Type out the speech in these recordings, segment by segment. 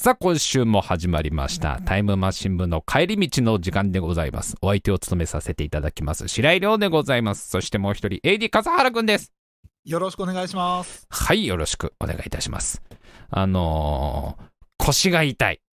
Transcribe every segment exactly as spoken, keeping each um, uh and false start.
さあ今週も始まりましたタイムマシン部の帰り道の時間でございます。お相手を務めさせていただきます白井亮でございます。そしてもう一人 エーディー 笠原くんです。 よろしくお願いします。 はい、よろしくお願いいたします。あのー、腰が痛い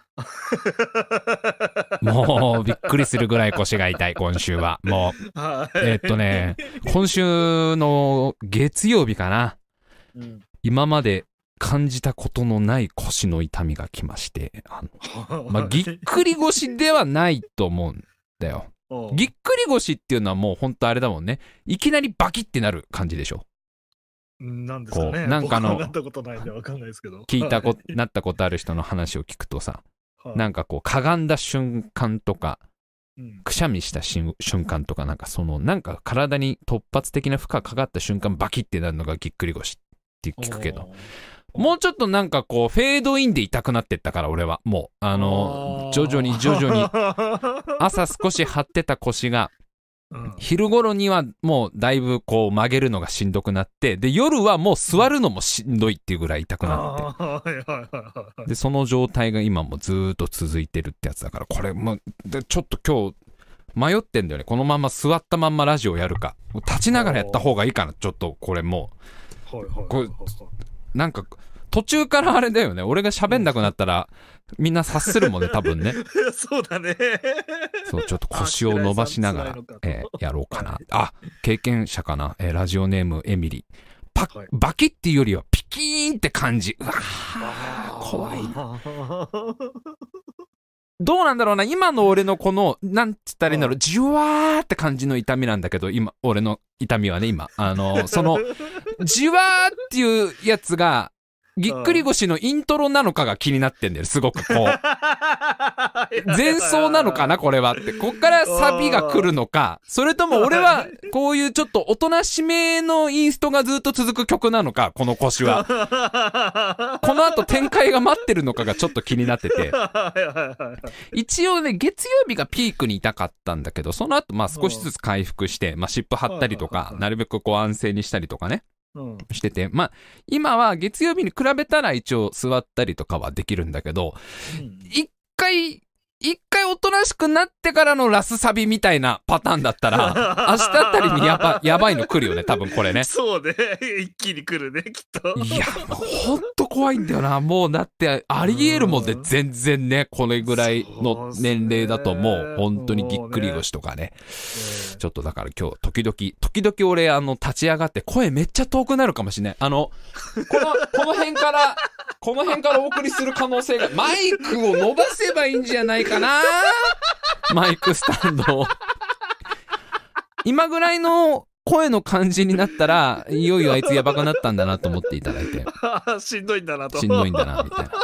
もうびっくりするぐらい腰が痛い今週はもう、はい、えー、っとね今週の月曜日かな、うん、今まで感じたことのない腰の痛みが来まして、あの、まあ、ぎっくり腰ではないと思うんだよ。ぎっくり腰っていうのはもう本当あれだもんね。いきなりバキってなる感じでしょ。 なんですかね。 なんかのなったことないんでわかんないですけど。 聞いたことなったことある人の話を聞くとさ、なんかこうかがんだ瞬間とか、くしゃみした瞬間とかなんかそのなんか体に突発的な負荷かかった瞬間バキってなるのがぎっくり腰って聞くけど。もうちょっとなんかこうフェードインで痛くなってったから俺はもうあの徐々に徐々に朝少し張ってた腰が昼頃にはもうだいぶこう曲げるのがしんどくなって、で夜はもう座るのもしんどいっていうぐらい痛くなって、でその状態が今もずーっと続いてるってやつだから、これもちょっと今日迷ってんだよね。このまま座ったまんまラジオやるか立ちながらやった方がいいかな。ちょっとこれもうこれなんか途中からあれだよね。俺が喋んなくなったらみんな察するもんね多分ね。 そうだね。 そうちょっと腰を伸ばしながら、えー、やろうかな。あ、経験者かな、えー、ラジオネームエミリー。パッ、はい、バキっていうよりはピキーンって感じ。うわー怖いな。どうなんだろうな、今の俺のこのなんつったらいいんだろう、じわーって感じの痛みなんだけど、今俺の痛みはね、今あのそのじわーっていうやつがぎっくり腰のイントロなのかが気になってんだよ。すごくこう前奏なのかなこれはって、こっからサビが来るのか、それとも俺はこういうちょっとおとなしめのインストがずっと続く曲なのか、この腰はこの後展開が待ってるのかがちょっと気になってて、一応ね月曜日がピークに痛かったんだけど、その後まあ少しずつ回復して、まあ、湿布貼ったりとかなるべくこう安静にしたりとかねしてて、まあ今は月曜日に比べたら一応座ったりとかはできるんだけど、一回一回おとなしくなってからのラスサビみたいなパターンだったら明日あたりにやばやばいの来るよね多分これね。 そうね、一気に来るねきっと。 いやほんと怖いんだよな。もうだってありえるもんで全然ね、これぐらいの年齢だともう本当にぎっくり腰とかね。ちょっとだから今日時々時々俺あの立ち上がって声めっちゃ遠くなるかもしれない。あのこのこの辺からこの辺からお送りする可能性が、マイクを伸ばせばいいんじゃないかな。マイクスタンドを今ぐらいの声の感じになったらいよいよあいつやばくなったんだなと思っていただいてしんどいんだなと、 しんどいんだなみたいな。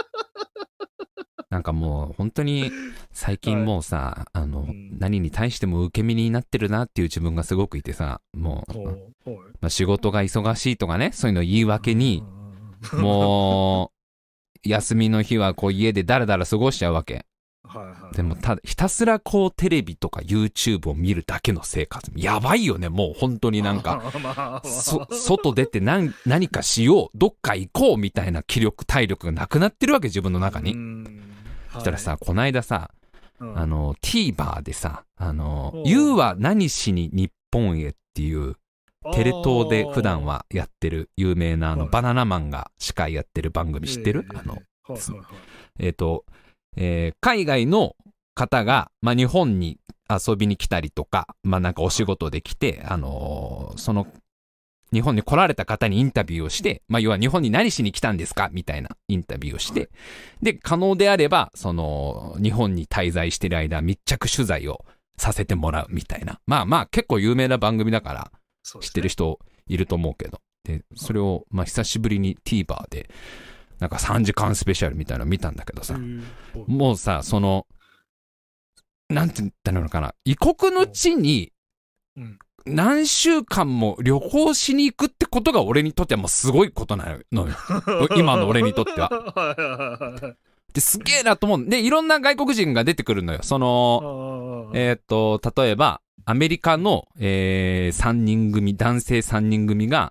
なんかもう本当に最近もうさ、はい、あの、うん、何に対しても受け身になってるなっていう自分がすごくいてさ、もう、まあ、仕事が忙しいとかね、そういうの言い訳にもう休みの日はこう家でダラダラ過ごしちゃうわけ。はいはい、でもただひたすらこうテレビとか YouTube を見るだけの生活やばいよね。もう本当になんかそ外出て 何, 何かしよう、どっか行こうみたいな気力体力がなくなってるわけ自分の中に。そしたらさ、こないださ、うん、あの TVer でさ、あの You は何しに日本へっていうテレ東で普段はやってる有名なあのバナナマンが司会やってる番組知ってる？あのえっとえー、海外の方が、まあ、日本に遊びに来たりとか、まあ、なんかお仕事で来て、あのー、その日本に来られた方にインタビューをして、まあ、要は日本に何しに来たんですかみたいなインタビューをして、で可能であればその日本に滞在してる間密着取材をさせてもらうみたいな、まあまあ結構有名な番組だから知ってる人いると思うけど、でそれをまあ久しぶりに TVer でなんかさんじかんスペシャルみたいなの見たんだけどさ、もうさ、そのなんて言ったのかな、異国の地に何週間も旅行しに行くってことが俺にとってはもうすごいことなのよ今の俺にとっては。ですげえなと思う。でいろんな外国人が出てくるのよ。そのえっと例えばアメリカの、えー、さんにん組男性さんにん組が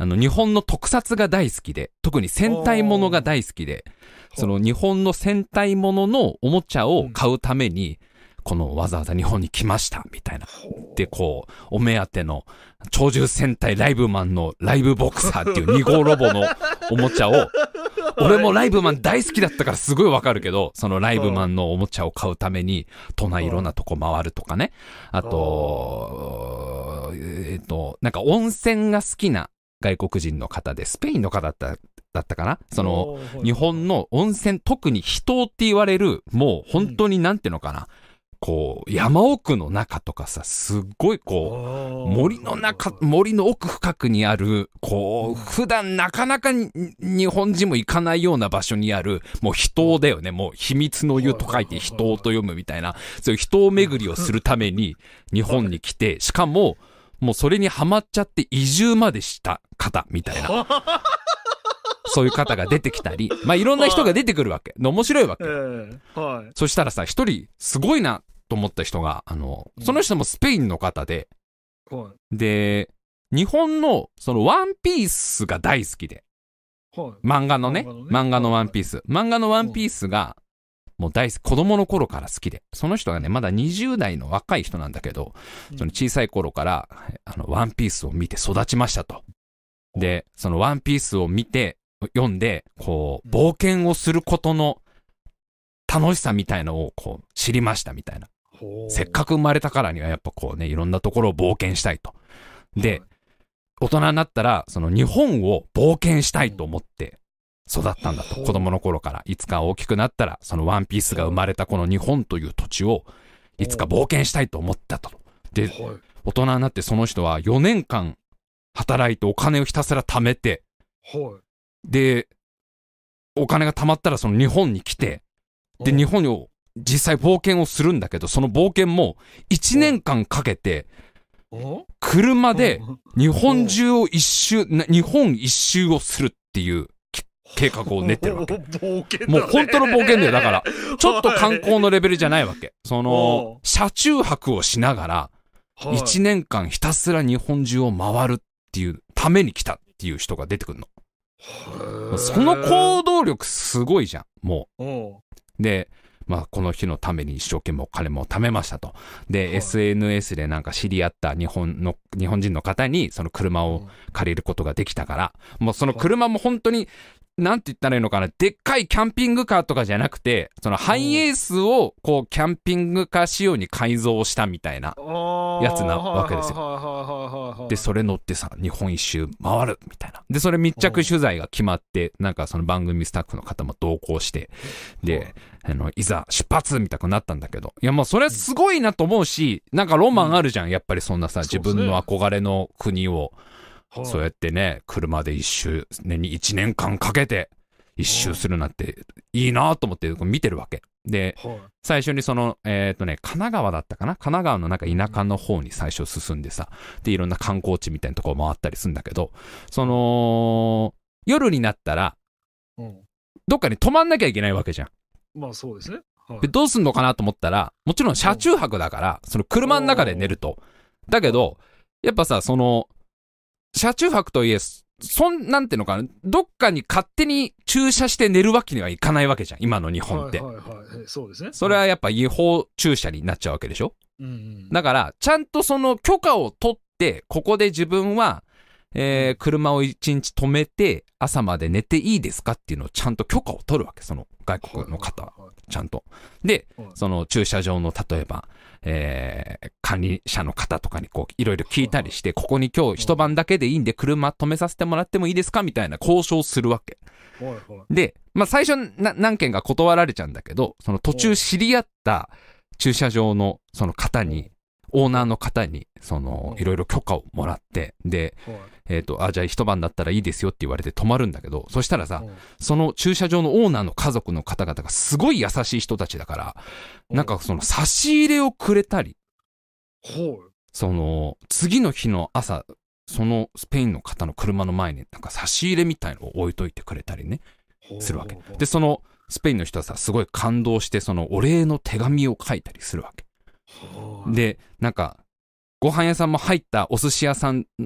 あの、日本の特撮が大好きで、特に戦隊ものが大好きで、その日本の戦隊もののおもちゃを買うために、このわざわざ日本に来ました、みたいな。で、こう、お目当ての超獣戦隊ライブマンのライブボクサーっていうに号ロボのおもちゃを、俺もライブマン大好きだったからすごいわかるけど、そのライブマンのおもちゃを買うために、都内いろんなとこ回るとかね。あと、えっと、なんか温泉が好きな外国人の方で、スペインの方だった、だったかなその、日本の温泉、特に秘湯って言われる、もう本当になんていうのかな。こう、山奥の中とかさ、すっごいこう、森の中、森の奥深くにある、こう、普段なかなかに日本人も行かないような場所にある、もう秘湯だよね。もう秘密の湯と書いて秘湯と読むみたいな、そういう秘湯巡りをするために日本に来て、しかも、もうそれにハマっちゃって移住までした方みたいな。そういう方が出てきたり、まあいろんな人が出てくるわけ。面白いわけ。 はい。 そしたらさ、一人すごいなと思った人が、あの、その人もスペインの方で、 はい。 で、日本のそのワンピースが大好きで、 はい。 漫画のね、 漫画のね漫画のワンピース。漫画のワンピースが、もう大好き、子供の頃から好きで、その人がね、まだにじゅう代の若い人なんだけど、その小さい頃から、あの、ワンピースを見て育ちましたと。で、そのワンピースを見て、読んで、こう、冒険をすることの楽しさみたいのをこう、知りましたみたいな。せっかく生まれたからにはやっぱこうね、いろんなところを冒険したいと。で、大人になったら、その日本を冒険したいと思って育ったんだと。子供の頃から。いつか大きくなったら、そのワンピースが生まれたこの日本という土地を、いつか冒険したいと思ったと。で、大人になってその人はよねんかん働いてお金をひたすら貯めて、で、お金が貯まったらその日本に来て、で、日本を実際冒険をするんだけど、その冒険もいちねんかんかけて、車で日本中を一周、日本一周をするっていう計画を練ってるわけ。もう本当の冒険だよ。だから、ちょっと観光のレベルじゃないわけ。その、車中泊をしながら、いちねんかんひたすら日本中を回るっていうために来たっていう人が出てくるの。その行動力すごいじゃん、もう。で、まあ、この日のために一生懸命お金も貯めましたと。で、エスエヌエス でなんか知り合った日本の、日本人の方にその車を借りることができたから、もうその車も本当に、なんて言ったらいいのかな、でっかいキャンピングカーとかじゃなくて、そのハイエースをこうキャンピングカー仕様に改造したみたいなやつなわけですよ。で、それ乗ってさ、日本一周回るみたいな。で、それ密着取材が決まって、なんかその番組スタッフの方も同行して、で、あの、いざ出発みたくなったんだけど、いやもうそれすごいなと思うし、なんかロマンあるじゃん、やっぱりそんなさ、自分の憧れの国を、そうやってね、車で一周、年に一年間かけて一周するなんていいなと思って見てるわけ。で、最初にその、えっとね、神奈川だったかな神奈川のなんか田舎の方に最初進んでさ、で、いろんな観光地みたいなところ回ったりするんだけど、その、夜になったら、どっかに泊まんなきゃいけないわけじゃん。 まあそうですね。 で、どうすんのかなと思ったら、もちろん車中泊だから、その車の中で寝ると。だけど、やっぱさ、その、車中泊といえ、そん、なんていうのかな、どっかに勝手に駐車して寝るわけにはいかないわけじゃん、今の日本って。 はいはいはい、そうですね。 それはやっぱ違法駐車になっちゃうわけでしょ、うんうん、だから、ちゃんとその許可を取って、ここで自分は、えー、車を一日止めて、朝まで寝ていいですかっていうのをちゃんと許可を取るわけ、その外国の方は。ちゃんと。で、その駐車場の、例えば、えー、管理者の方とかにこういろいろ聞いたりして、ここに今日一晩だけでいいんで車止めさせてもらってもいいですかみたいな交渉するわけ。で、まあ最初な何件か断られちゃうんだけど、その途中知り合った駐車場のその方に、オーナーの方に、その、いろいろ許可をもらって、で、えっと、あ、じゃあ一晩だったらいいですよって言われて泊まるんだけど、そしたらさ、その駐車場のオーナーの家族の方々がすごい優しい人たちだから、なんかその差し入れをくれたり、その、次の日の朝、そのスペインの方の車の前になんか差し入れみたいのを置いといてくれたりね、するわけ。で、そのスペインの人はさ、すごい感動して、そのお礼の手紙を書いたりするわけ。で、なんか、ご飯屋さんも入ったお寿司屋さん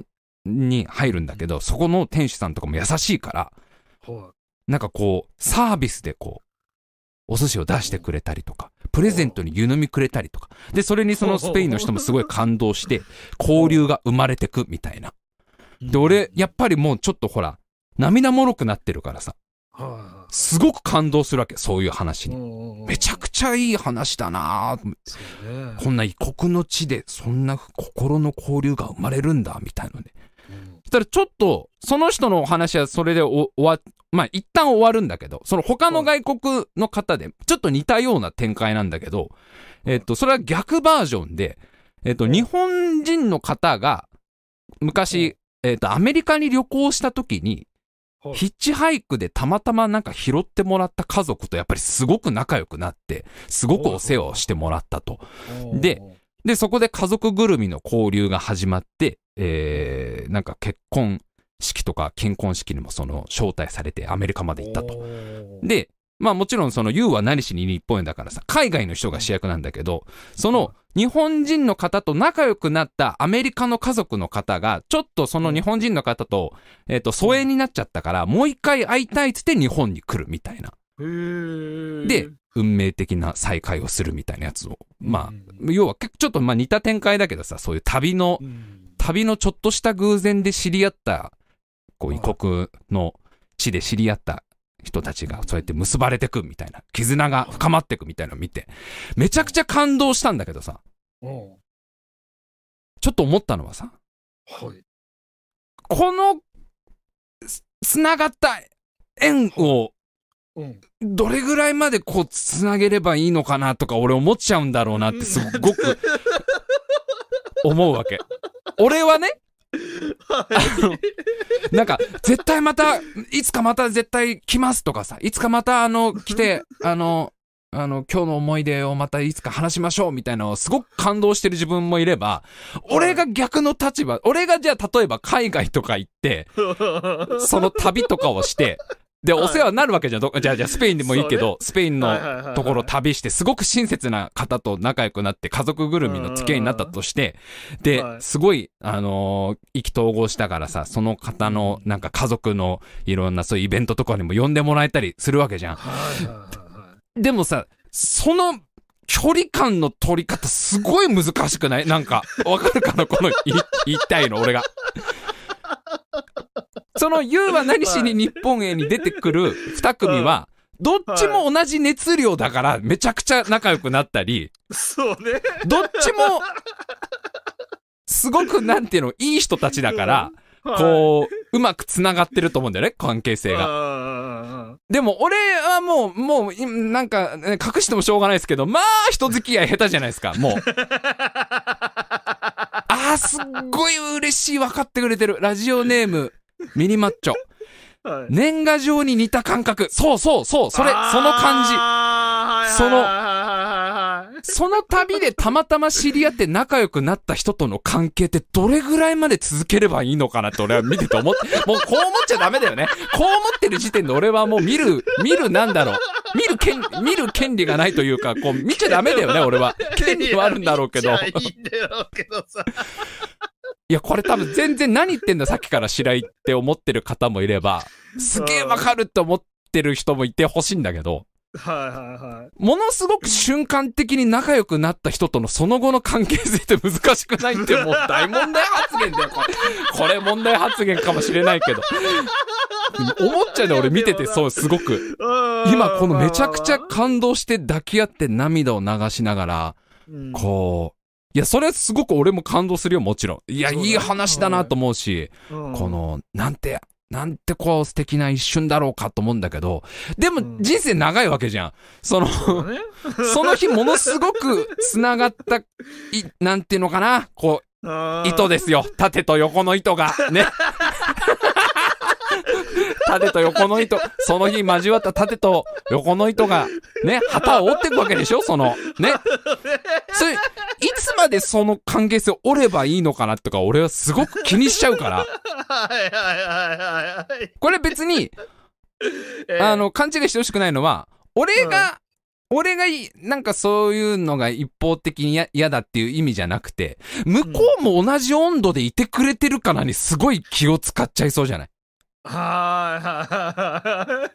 に入るんだけど、そこの店主さんとかも優しいから、 はなんかこう、サービスでこう、お寿司を出してくれたりとか、プレゼントに湯飲みくれたりとか。で、それにそのスペインの人もすごい感動して、交流が生まれてくみたいな。で、俺、やっぱりもうちょっとほら、涙もろくなってるからさ、すごく感動するわけ、そういう話に。めちゃくちゃいい話だなぁ、ね。こんな異国の地で、そんな心の交流が生まれるんだ、みたいなね。そしたらちょっと、その人のお話はそれで終わ、まあ一旦終わるんだけど、その他の外国の方で、ちょっと似たような展開なんだけど、えっと、それは逆バージョンで、えっと、日本人の方が、昔、えっと、アメリカに旅行した時に、ヒッチハイクでたまたまなんか拾ってもらった家族とやっぱりすごく仲良くなって、すごくお世話をしてもらったと。で、で、そこで家族ぐるみの交流が始まって、えー、なんか結婚式とか金婚式にもその招待されてアメリカまで行ったと。で、まあもちろんその ユー は何しに日本へだからさ、海外の人が主役なんだけど、その日本人の方と仲良くなったアメリカの家族の方が、ちょっとその日本人の方と、えっと、疎遠になっちゃったから、もう一回会いたいっつって日本に来るみたいな。で、運命的な再会をするみたいなやつを。まあ、要はちょっとまあ似た展開だけどさ、そういう旅の、旅のちょっとした偶然で知り合った、こう異国の地で知り合った人たちがそうやって結ばれてくみたいな、絆が深まってくみたいなのを見て、めちゃくちゃ感動したんだけどさ、ちょっと思ったのはさ、はい、このつながった縁をどれぐらいまでこうつなげればいいのかなとか俺思っちゃうんだろうなってすごく思うわけ。俺はね、あのなんか絶対またいつかまた絶対来ますとかさ、いつかまたあの来てあのあの今日の思い出をまたいつか話しましょうみたいなのをすごく感動してる自分もいれば、俺が逆の立場、俺がじゃあ例えば海外とか行ってその旅とかをしてで、お世話になるわけじゃん。じゃあ、じゃあ、スペインでもいいけど、ね、スペインのところ旅して、すごく親切な方と仲良くなって、家族ぐるみの付き合いになったとして、で、すごい、あのー、意気投合したからさ、その方の、なんか家族のいろんなそういうイベントとかにも呼んでもらえたりするわけじゃん。でもさ、その、距離感の取り方、すごい難しくない？なんか、わかるかなこの言いたいの、俺が。その ユー は何しに日本へに出てくる二組は、どっちも同じ熱量だからめちゃくちゃ仲良くなったり、 そうね。 どっちも、すごくなんていうの、いい人たちだから、こう、うまく繋がってると思うんだよね、関係性が。でも俺はもう、もう、なんか、隠してもしょうがないですけど、まあ、人付き合い下手じゃないですか、もう。あー、すっごい嬉しい、分かってくれてる。ラジオネーム、ミニマッチョ、はい、年賀状に似た感覚。そうそうそう、それ、その感じ。その、その旅でたまたま知り合って仲良くなった人との関係ってどれぐらいまで続ければいいのかなって俺は見てて思って、もうこう思っちゃダメだよね。こう思ってる時点で俺はもう見る、見るなんだろう。見る権、見る権利がないというか、こう見ちゃダメだよね、俺は。権利はあるんだろうけど。いや、いいんだろうけどさ。いや、これ多分全然何言ってんださっきから白井って思ってる方もいれば、すげえわかるって思ってる人もいてほしいんだけど、はいはいはい。ものすごく瞬間的に仲良くなった人とのその後の関係性って難しくないってもう大問題発言だよ、これ。これ問題発言かもしれないけど。思っちゃうね、俺見ててそう、すごく。今このめちゃくちゃ感動して抱き合って涙を流しながら、こう、いや、それすごく俺も感動するよ、もちろん。いや、いい話だなと思うし、この、なんて、なんてこう素敵な一瞬だろうかと思うんだけど、でも人生長いわけじゃん。その、その日ものすごく繋がった、い、なんていうのかな、こう、糸ですよ。縦と横の糸が、ね。縦と横の糸、その日交わった縦と横の糸が、ね、旗を折っていくわけでしょその、ね。それ、いつまでその関係性を折ればいいのかなとか、俺はすごく気にしちゃうから。はいはいはいはい。これ別に、あの、勘違いしてほしくないのは、俺が俺がい、なんかそういうのが一方的に嫌だっていう意味じゃなくて、向こうも同じ温度でいてくれてるかなにすごい気を使っちゃいそうじゃない？ はいはい。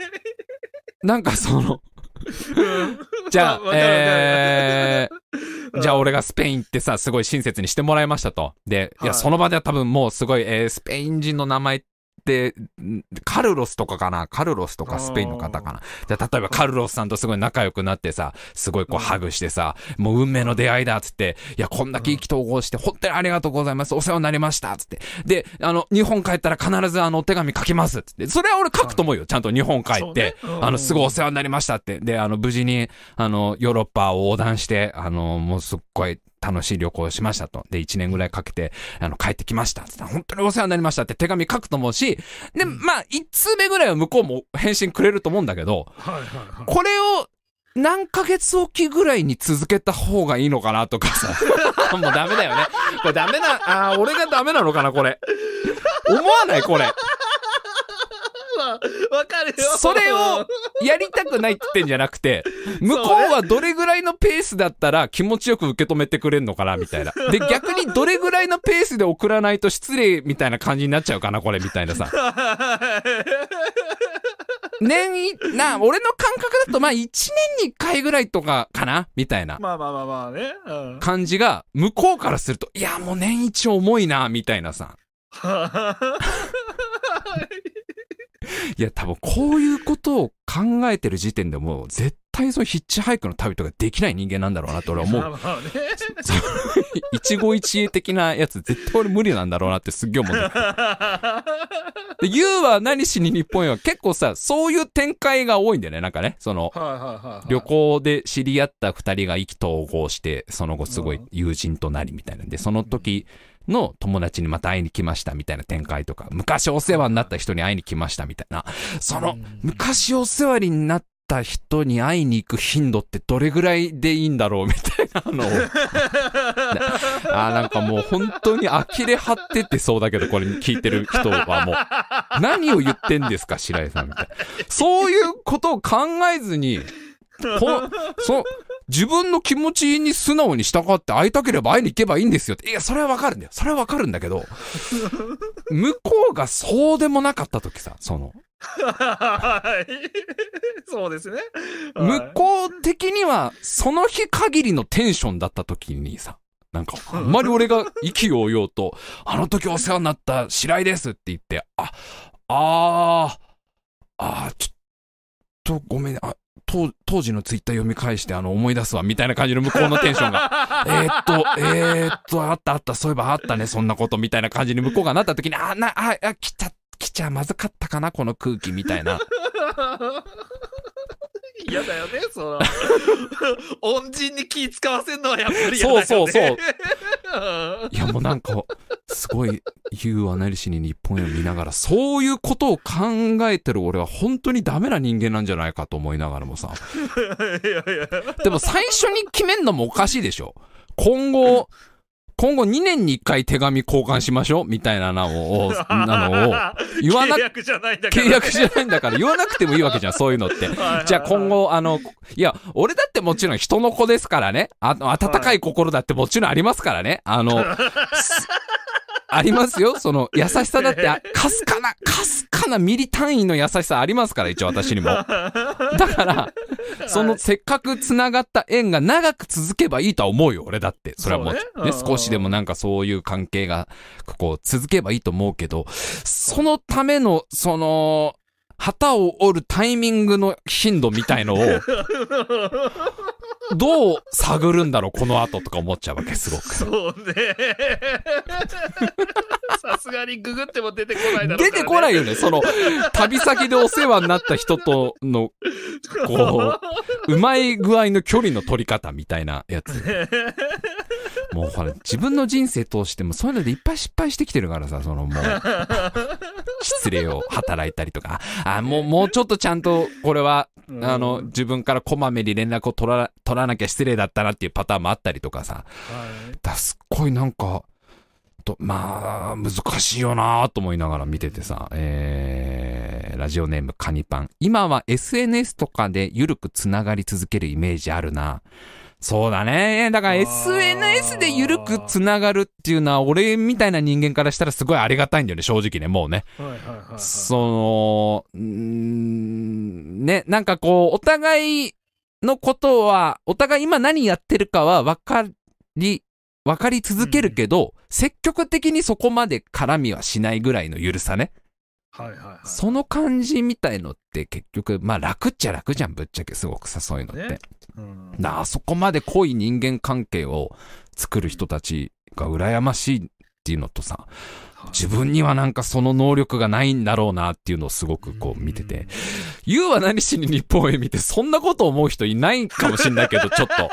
なんかその、じゃあ、えー、じゃあ俺がスペインってさ、すごい親切にしてもらいましたと。で、いや、その場では多分もうすごい、えー、スペイン人の名前って、で、カルロスとかかなカルロスとかスペインの方かなじゃあ例えばカルロスさんとすごい仲良くなってさ、すごいこうハグしてさ、もう運命の出会いだっつって、いや、こんだけ意気投合して、本当にありがとうございます。お世話になりましたっつって。で、あの、日本帰ったら必ずあの、お手紙書きますっつって。それは俺書くと思うよ。ちゃんと日本帰って、ね、あの、すごいお世話になりましたって。で、あの、無事に、あの、ヨーロッパを横断して、あの、もうすっごい、楽しい旅行をしましたと。で、一年ぐらいかけて、あの、帰ってきました。つって本当にお世話になりましたって手紙書くと思うし、で、まあ、一通目ぐらいは向こうも返信くれると思うんだけど、 はいはいはい、 これを何ヶ月おきぐらいに続けた方がいいのかなとかさ。もうダメだよね。これダメな、あー、俺がダメなのかな、これ。思わないこれ。 わかるよ。 それをやりたくないって言ってんじゃなくて、向こうはどれぐらいのペースだったら気持ちよく受け止めてくれんのかなみたいな。で、逆にどれぐらいのペースで送らないと失礼みたいな感じになっちゃうかなこれみたいなさ。年い、な、俺の感覚だとまあいちねんにいっかいぐらいとかかなみたいな。 まあまあまあまあね。うん、 感じが向こうからすると、いやもう年一重いなみたいなさ。いや多分こういうことを考えてる時点でもう絶対そのヒッチハイクの旅とかできない人間なんだろうなと俺は思う。一期一会的なやつ絶対俺無理なんだろうなってすっげえ思う。で、ユーは何しに日本へは結構さ、そういう展開が多いんだよね。なんかね、その、旅行で知り合った二人が意気投合して、その後すごい友人となりみたいなんで、その時、の友達にまた会いに来ましたみたいな展開とか、昔お世話になった人に会いに来ましたみたいな、その昔お世話になった人に会いに行く頻度ってどれぐらいでいいんだろうみたいなのをあーなんかもう本当に呆れ張ってってそうだけど、これ聞いてる人はもう何を言ってんですか白井さんみたいな、そういうことを考えずにほそ自分の気持ちに素直に従って会いたければ会いに行けばいいんですよって。いや、それはわかるんだよ。それはわかるんだけど、向こうがそうでもなかった時さ、その。 そうですね。 向こう的には、その日限りのテンションだった時にさ、なんか、あんまり俺が意気揚々と、あの時お世話になった白井ですって言って、あ、あー、あー、ちょっとごめん、あ、当, 当時のツイッター読み返してあの思い出すわみたいな感じの向こうのテンションがえーっとえーっとあったあったそういえばあったねそんなことみたいな感じに向こうがなった時にあなああ来ちゃ来ちゃまずかったかなこの空気みたいな。 嫌だよねその恩人に気使わせるのはやっぱり嫌だよね。 そうそうそういやもうなんかすごいユーは何しに日本を見ながらそういうことを考えてる俺は本当にダメな人間なんじゃないかと思いながらもさいやいやでも最初に決めんのもおかしいでしょ。今後今後にねんにいっかい手紙交換しましょうみたいなのを、なのを言わなく、 契約じゃないんだから、 ね。契約じゃないんだから言わなくてもいいわけじゃん、そういうのって。じゃあ今後、あの、いや、俺だってもちろん人の子ですからね。あの、温かい心だってもちろんありますからね。あの、ありますよ。その、優しさだって、かすかな、かすかなミリ単位の優しさありますから、一応私にも。だから、その、せっかく繋がった縁が長く続けばいいとは思うよ、俺だって。それはもう、ね、ね、少しでもなんかそういう関係が、こう、続けばいいと思うけど、そのための、その、旗を折るタイミングの頻度みたいのを、どう探るんだろうこの後とか思っちゃうわけすごく。 そうね。さすがにググっても出てこないだろうから、ね。 出てこないよね。その旅先でお世話になった人とのこううまい具合の距離の取り方みたいなやつ。もうほら自分の人生通してもそういうのでいっぱい失敗してきてるからさ、そのもう失礼を働いたりとか、あもうもうちょっとちゃんとこれはあの自分からこまめに連絡を取ら取らなきゃ失礼だったなっていうパターンもあったりとかさ、はい、だすっごいなんかと、まあ、難しいよなと思いながら見ててさ、えー、ラジオネームカニパン。今は エスエヌエス とかでゆるくつながり続けるイメージあるな。そうだね。だから エスエヌエス でゆるくつながるっていうのは、俺みたいな人間からしたらすごいありがたいんだよね、正直ね、もうね。 はいはいはいはい、 その、うーん、ね、なんかこう、お互いのことは、お互い今何やってるかは分かり、分かり続けるけど、うん、積極的にそこまで絡みはしないぐらいのゆるさね。 はいはいはい。 その感じみたいのって結局、まあ楽っちゃ楽じゃん、ぶっちゃけすごくさ、そういうのって。ね、うん、だあそこまで濃い人間関係を作る人たちが羨ましいっていうのとさ、自分にはなんかその能力がないんだろうなっていうのをすごくこう見てて、ユウは何しに日本へ見てそんなこと思う人いないかもしんないけど、ちょっと。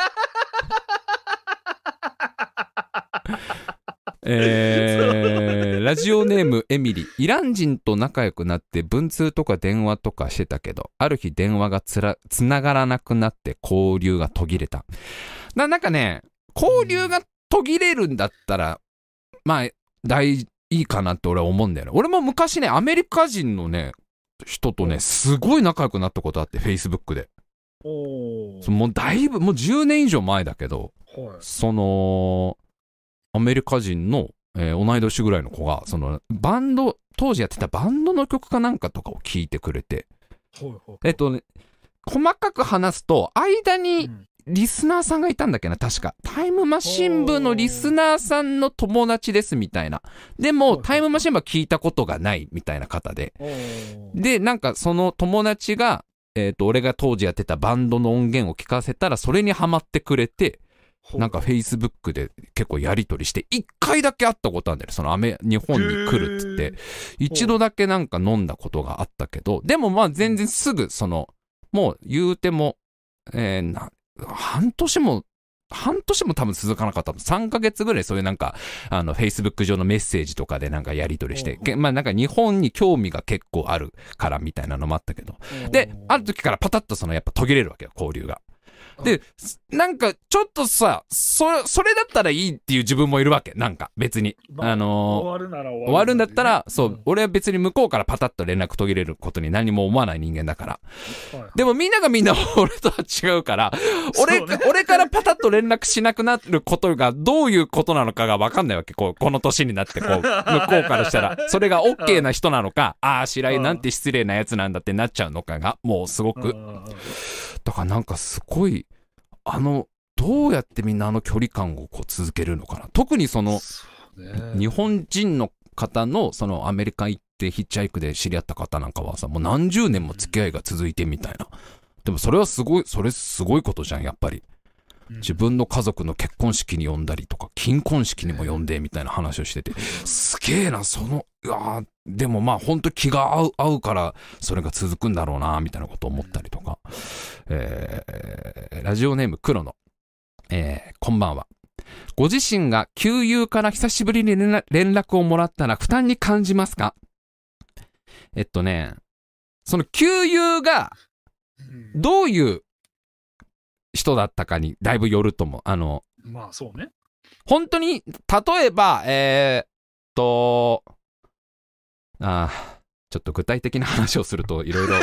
えー、ラジオネームエミリ。イラン人と仲良くなって文通とか電話とかしてたけど、ある日電話がつらつながらなくなって交流が途切れた。な、なんかね、交流が途切れるんだったら、まあ、大、いいかなって俺は思うんだよね。俺も昔ね、アメリカ人のね、人とね、すごい仲良くなったことあって、Facebook で。おー。もうだいぶ、もうじゅうねん以上前だけど、はい、その、アメリカ人の、えー、同い年ぐらいの子が、その、バンド、当時やってたバンドの曲かなんかとかを聞いてくれて、はいはい、えっとね、細かく話すと、間にリスナーさんがいたんだっけな、確か。タイムマシン部のリスナーさんの友達ですみたいな。でも、タイムマシン部は聞いたことがないみたいな方で。で、なんかその友達が、えっと、俺が当時やってたバンドの音源を聞かせたら、それにハマってくれて、なんか Facebook で結構やり取りして、一回だけ会ったことあるんだよ。そのアメ、日本に来るっつって、一度だけなんか飲んだことがあったけど、でもまあ全然すぐその、もう言うても、えー、な、半年も、半年も多分続かなかった。さんかげつぐらいそういうなんか、あの、Facebook 上のメッセージとかでなんかやり取りして、まあなんか日本に興味が結構あるからみたいなのもあったけど。で、ある時からパタッとそのやっぱ途切れるわけよ、交流が。で、なんか、ちょっとさ、そ、それだったらいいっていう自分もいるわけ。なんか、別に。あのー、 終わるなら終わる、ね。 終わるんだったら、そう、うん、俺は別に向こうからパタッと連絡途切れることに何も思わない人間だから。はいはい、でもみんながみんな俺とは違うから、俺、ね、俺からパタッと連絡しなくなることがどういうことなのかがわかんないわけ。こう、この年になって、こう、向こうからしたら、それが OK な人なのか、ああ、白井なんて失礼なやつなんだってなっちゃうのかが、もうすごく。だからなんかすごい、あの、どうやってみんなあの距離感をこう続けるのかな。特にその、日本人の方のそのアメリカ行ってヒッチハイクで知り合った方なんかはさ、もう何十年も付き合いが続いてみたいな。でもそれはすごい、それすごいことじゃん、やっぱり。自分の家族の結婚式に呼んだりとか、金婚式にも呼んでみたいな話をしてて、すげえな、その、うわでもまあ本当気が合う、合うから、それが続くんだろうな、みたいなことを思ったりとか。えー、ラジオネーム黒野。えー、こんばんは。ご自身が旧友から久しぶりに連絡をもらったら負担に感じますか？えっとね、その旧友が、どういう人だったかにだいぶよると思う。あの、 まあそうね。本当に、例えば、えー、っと、あー、ちょっと具体的な話をするといろいろ。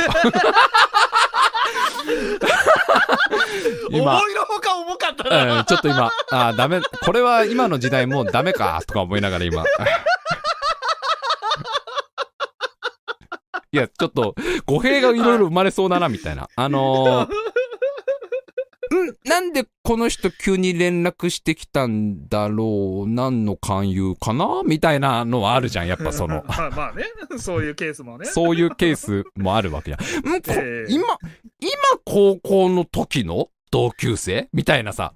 今思いのほか重かったな、 うん、ちょっと今、あー、ダメ、これは今の時代もうダメか、とか思いながら今。いや、ちょっと、語弊がいろいろ生まれそうだな、みたいな。あのー、んなんでこの人急に連絡してきたんだろう、何の勧誘かなみたいなのはあるじゃん、やっぱその。 まあまあね、そういうケースもね。 そういうケースもあるわけじゃん。ん、えー、今、今高校の時の同級生みたいなさ。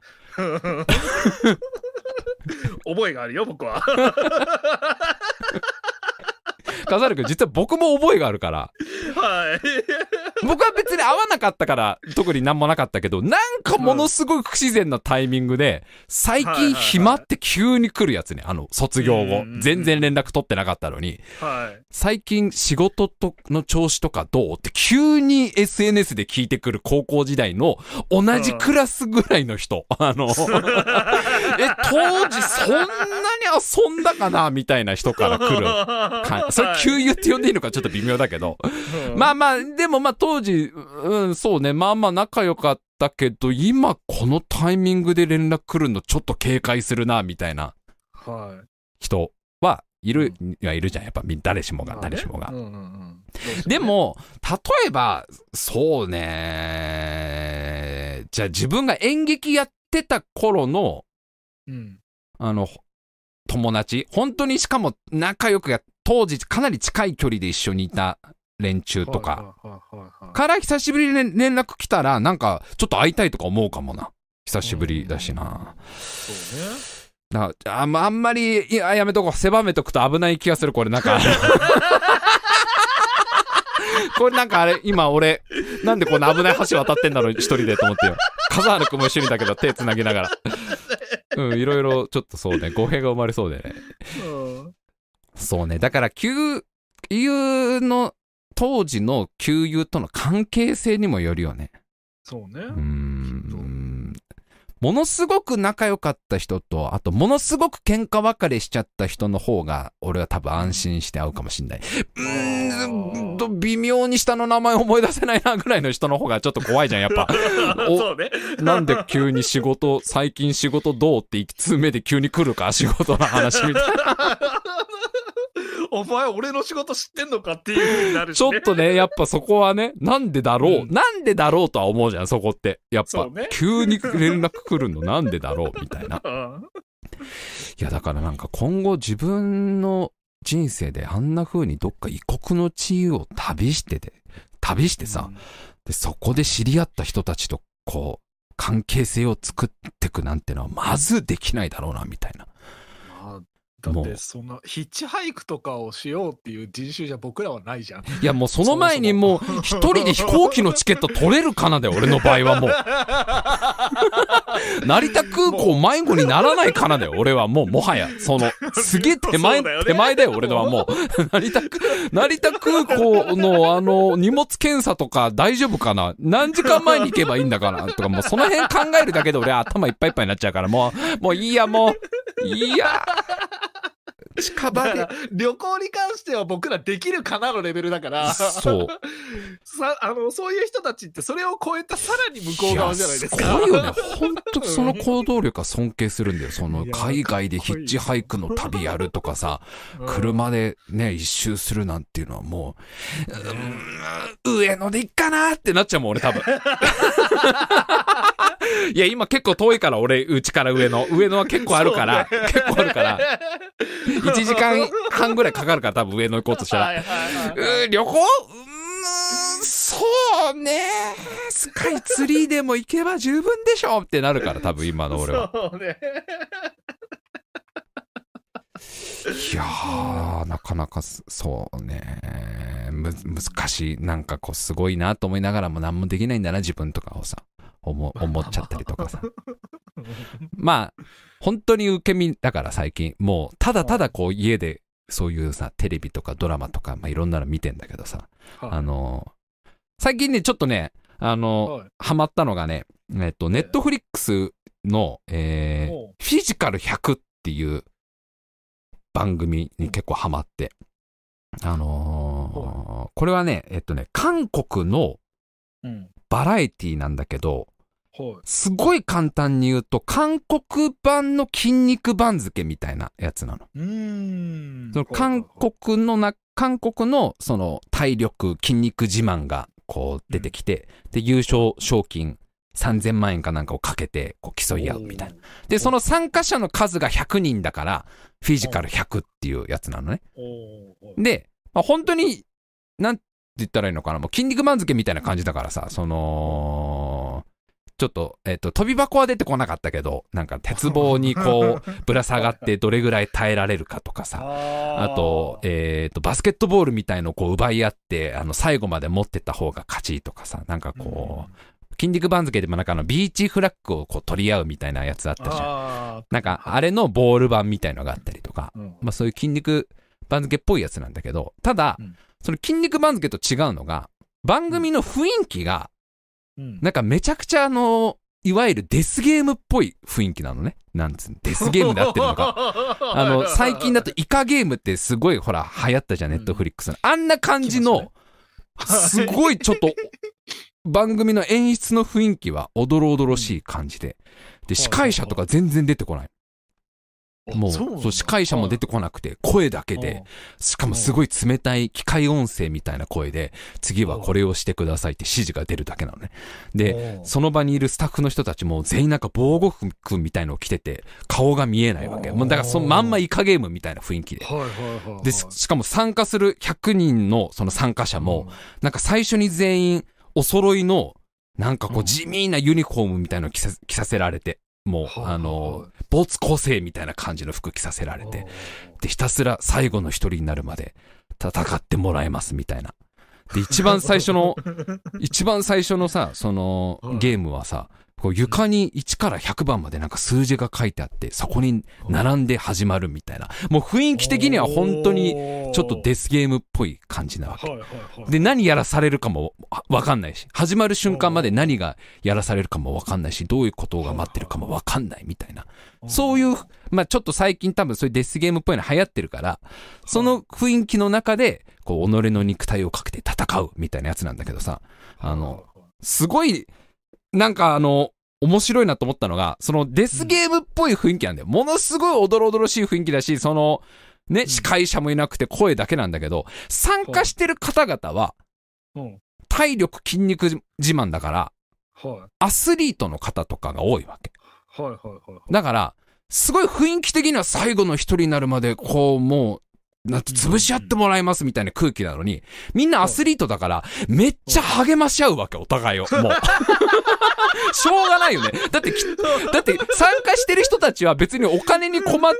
覚えがあるよ、僕は。 笠原君、実は僕も覚えがあるから。 はい。 僕は別に合わなかったから特になんもなかったけど、なんかものすごい不自然なタイミングで、最近暇って急に来るやつね。あの、卒業後。全然連絡取ってなかったのに。 はい、最近仕事との調子とかどうって急に エスエヌエス で聞いてくる高校時代の同じクラスぐらいの人。あの、え、当時そんなに遊んだかなみたいな人から来るか。それ給油って呼んでいいのかちょっと微妙だけど。まあまあ、でもまあ当時、うん、そうね、まあまあ仲良かったけど、今このタイミングで連絡来るのちょっと警戒するな、みたいな人はいる、うん、はいるじゃん。やっぱ誰しもが、誰しもが。うんうんうん、でも、例えば、そうね、じゃあ自分が演劇やってた頃の、うん、あの、友達、本当にしかも仲良くや、当時かなり近い距離で一緒にいた連中とかから久しぶりに連絡来たらなんかちょっと会いたいとか思うかもな。久しぶりだしな。そうね。あ, あんまりいややめとこう。狭めとくと危ない気がする。これなんかこれなんかあれ今俺なんでこんな危ない橋渡ってんだろう一人でと思ってよ。笠原くんも一緒にだけど手つなぎながらうんいろいろちょっとそうね語弊が生まれそうでね。そうね。だから給油の当時の給油との関係性にもよるよね。 そうね。うーん。ものすごく仲良かった人と、あとものすごく喧嘩別れしちゃった人の方が、俺は多分安心して会うかもしんない。うーんと、微妙に下の名前思い出せないなぐらいの人の方がちょっと怖いじゃん、やっぱ。 そうね。 なんで急に仕事、最近仕事どうって一通目で急に来るか、仕事の話みたいな。 お前俺の仕事知ってんのかっていう風になるし、ね、 ちょっとねやっぱそこはねなんでだろう、うん、なんでだろうとは思うじゃんそこってやっぱ、ね、急に連絡来るのなんでだろうみたいな。いやだからなんか今後自分の人生であんな風にどっか異国の地を旅してて旅してさ、うん、でそこで知り合った人たちとこう関係性を作ってくなんてのはまずできないだろうなみたいな。 だってそんなヒッチハイクとかをしようっていう人種じゃ僕らはないじゃん。いやもうその前にもう一人で飛行機のチケット取れるかなで俺の場合はもう成田空港迷子にならないかなで俺はもうもはやそのすげえ手前、ね、手前だよ俺のはもう成田成田空港のあの荷物検査とか大丈夫かな何時間前に行けばいいんだかなとかもうその辺考えるだけで俺頭いっぱいいっぱいになっちゃうからもうもういいやもういいや近場で旅行に関しては僕らできるかなのレベルだからそうさあのそういう人たちってそれを超えたさらに向こう側じゃないですか。 すごいよね本当その行動力は尊敬するんだよ。その海外でヒッチハイクの旅やるとかさ車でね一周するなんていうのはもう、うん、上野で行っかなってなっちゃうもん俺多分いや今結構遠いから俺うちから上野上野は結構あるから、ね、結構あるからいちじかんはんぐらいかかるから多分上野行こうとしたら、はいはいはい、う旅行うーんそうねスカイツリーでも行けば十分でしょってなるから多分今の俺はそうねいやーなかなかそうねむ難しいなんかこうすごいなと思いながらも何もできないんだな自分とかをさ思, 思っちゃったりとかさまあ本当に受け身だから最近もうただただこう家でそういうさテレビとかドラマとか、まあ、いろんなの見てんだけどさ、はい、あの最近ねちょっとねあの、はい、ハマったのがねえっとネットフリックスの、えー、フィジカルひゃくっていう番組に結構ハマってあのー、これはねえっとね韓国のバラエティなんだけど、すごい簡単に言うと韓国版の筋肉番付みたいなやつなの。うーんその韓国のな韓国のその体力筋肉自慢がこう出てきて、うん、で優勝賞金さんぜんまんえんかなんかをかけてこう競い合うみたいな。でその参加者の数がひゃくにんだからフィジカルひゃくっていうやつなのね。で、まあ、本当になんて言ったらいいのかなもう筋肉番付みたいな感じだからさそのちょっと、えっと、飛び箱は出てこなかったけど、なんか鉄棒にこう、ぶら下がってどれぐらい耐えられるかとかさ、あと、えっと、バスケットボールみたいのをこう奪い合って、あの、最後まで持ってった方が勝ちとかさ、なんかこう、筋肉番付でもなんかあの、ビーチフラッグをこう取り合うみたいなやつあったじゃん。なんか、あれのボール版みたいのがあったりとか、まあそういう筋肉番付っぽいやつなんだけど、ただ、その筋肉番付と違うのが、番組の雰囲気が、なんかめちゃくちゃあの、いわゆるデスゲームっぽい雰囲気なのね。なんつうの、デスゲームで合ってるのか。あの、最近だとイカゲームってすごいほら流行ったじゃん、ネットフリックスの。あんな感じの、すごいちょっと、番組の演出の雰囲気はおどろおどろしい感じで。で、司会者とか全然出てこない。もう、そう、司会者も出てこなくて、声だけで、しかもすごい冷たい機械音声みたいな声で、次はこれをしてくださいって指示が出るだけなのね。で、その場にいるスタッフの人たちも全員なんか防護服みたいのを着てて、顔が見えないわけ。もうだからそのまんまイカゲームみたいな雰囲気で。で、しかも参加するひゃくにんのその参加者も、なんか最初に全員お揃いの、なんかこう地味なユニフォームみたいなのを着さ、着させられて、もう、あの、没個性みたいな感じの服着させられて、で、ひたすら最後の一人になるまで戦ってもらえますみたいな。で、一番最初の、一番最初のさ、その、ゲームはさ、こう床にいちからひゃくばんまでなんか数字が書いてあって、そこに並んで始まるみたいな。もう雰囲気的には本当にちょっとデスゲームっぽい感じなわけ。で、何やらされるかもわかんないし、始まる瞬間まで何がやらされるかもわかんないし、どういうことが待ってるかもわかんないみたいな。そういう、まあちょっと最近多分そういうデスゲームっぽいの流行ってるから、その雰囲気の中で、こう、己の肉体をかけて戦うみたいなやつなんだけどさ、あの、すごい、なんかあの、面白いなと思ったのが、そのデスゲームっぽい雰囲気なんだよ。ものすごいおどろおどろしい雰囲気だし、その、ね、司会者もいなくて声だけなんだけど、参加してる方々は、体力筋肉自慢だから、アスリートの方とかが多いわけ。だから、すごい雰囲気的には最後の一人になるまで、こう、もう、なんて潰し合ってもらいますみたいな空気なのに、みんなアスリートだから、めっちゃ励まし合うわけ、お互いを。もう。しょうがないよね。だって、だって参加してる人たちは別にお金に困った、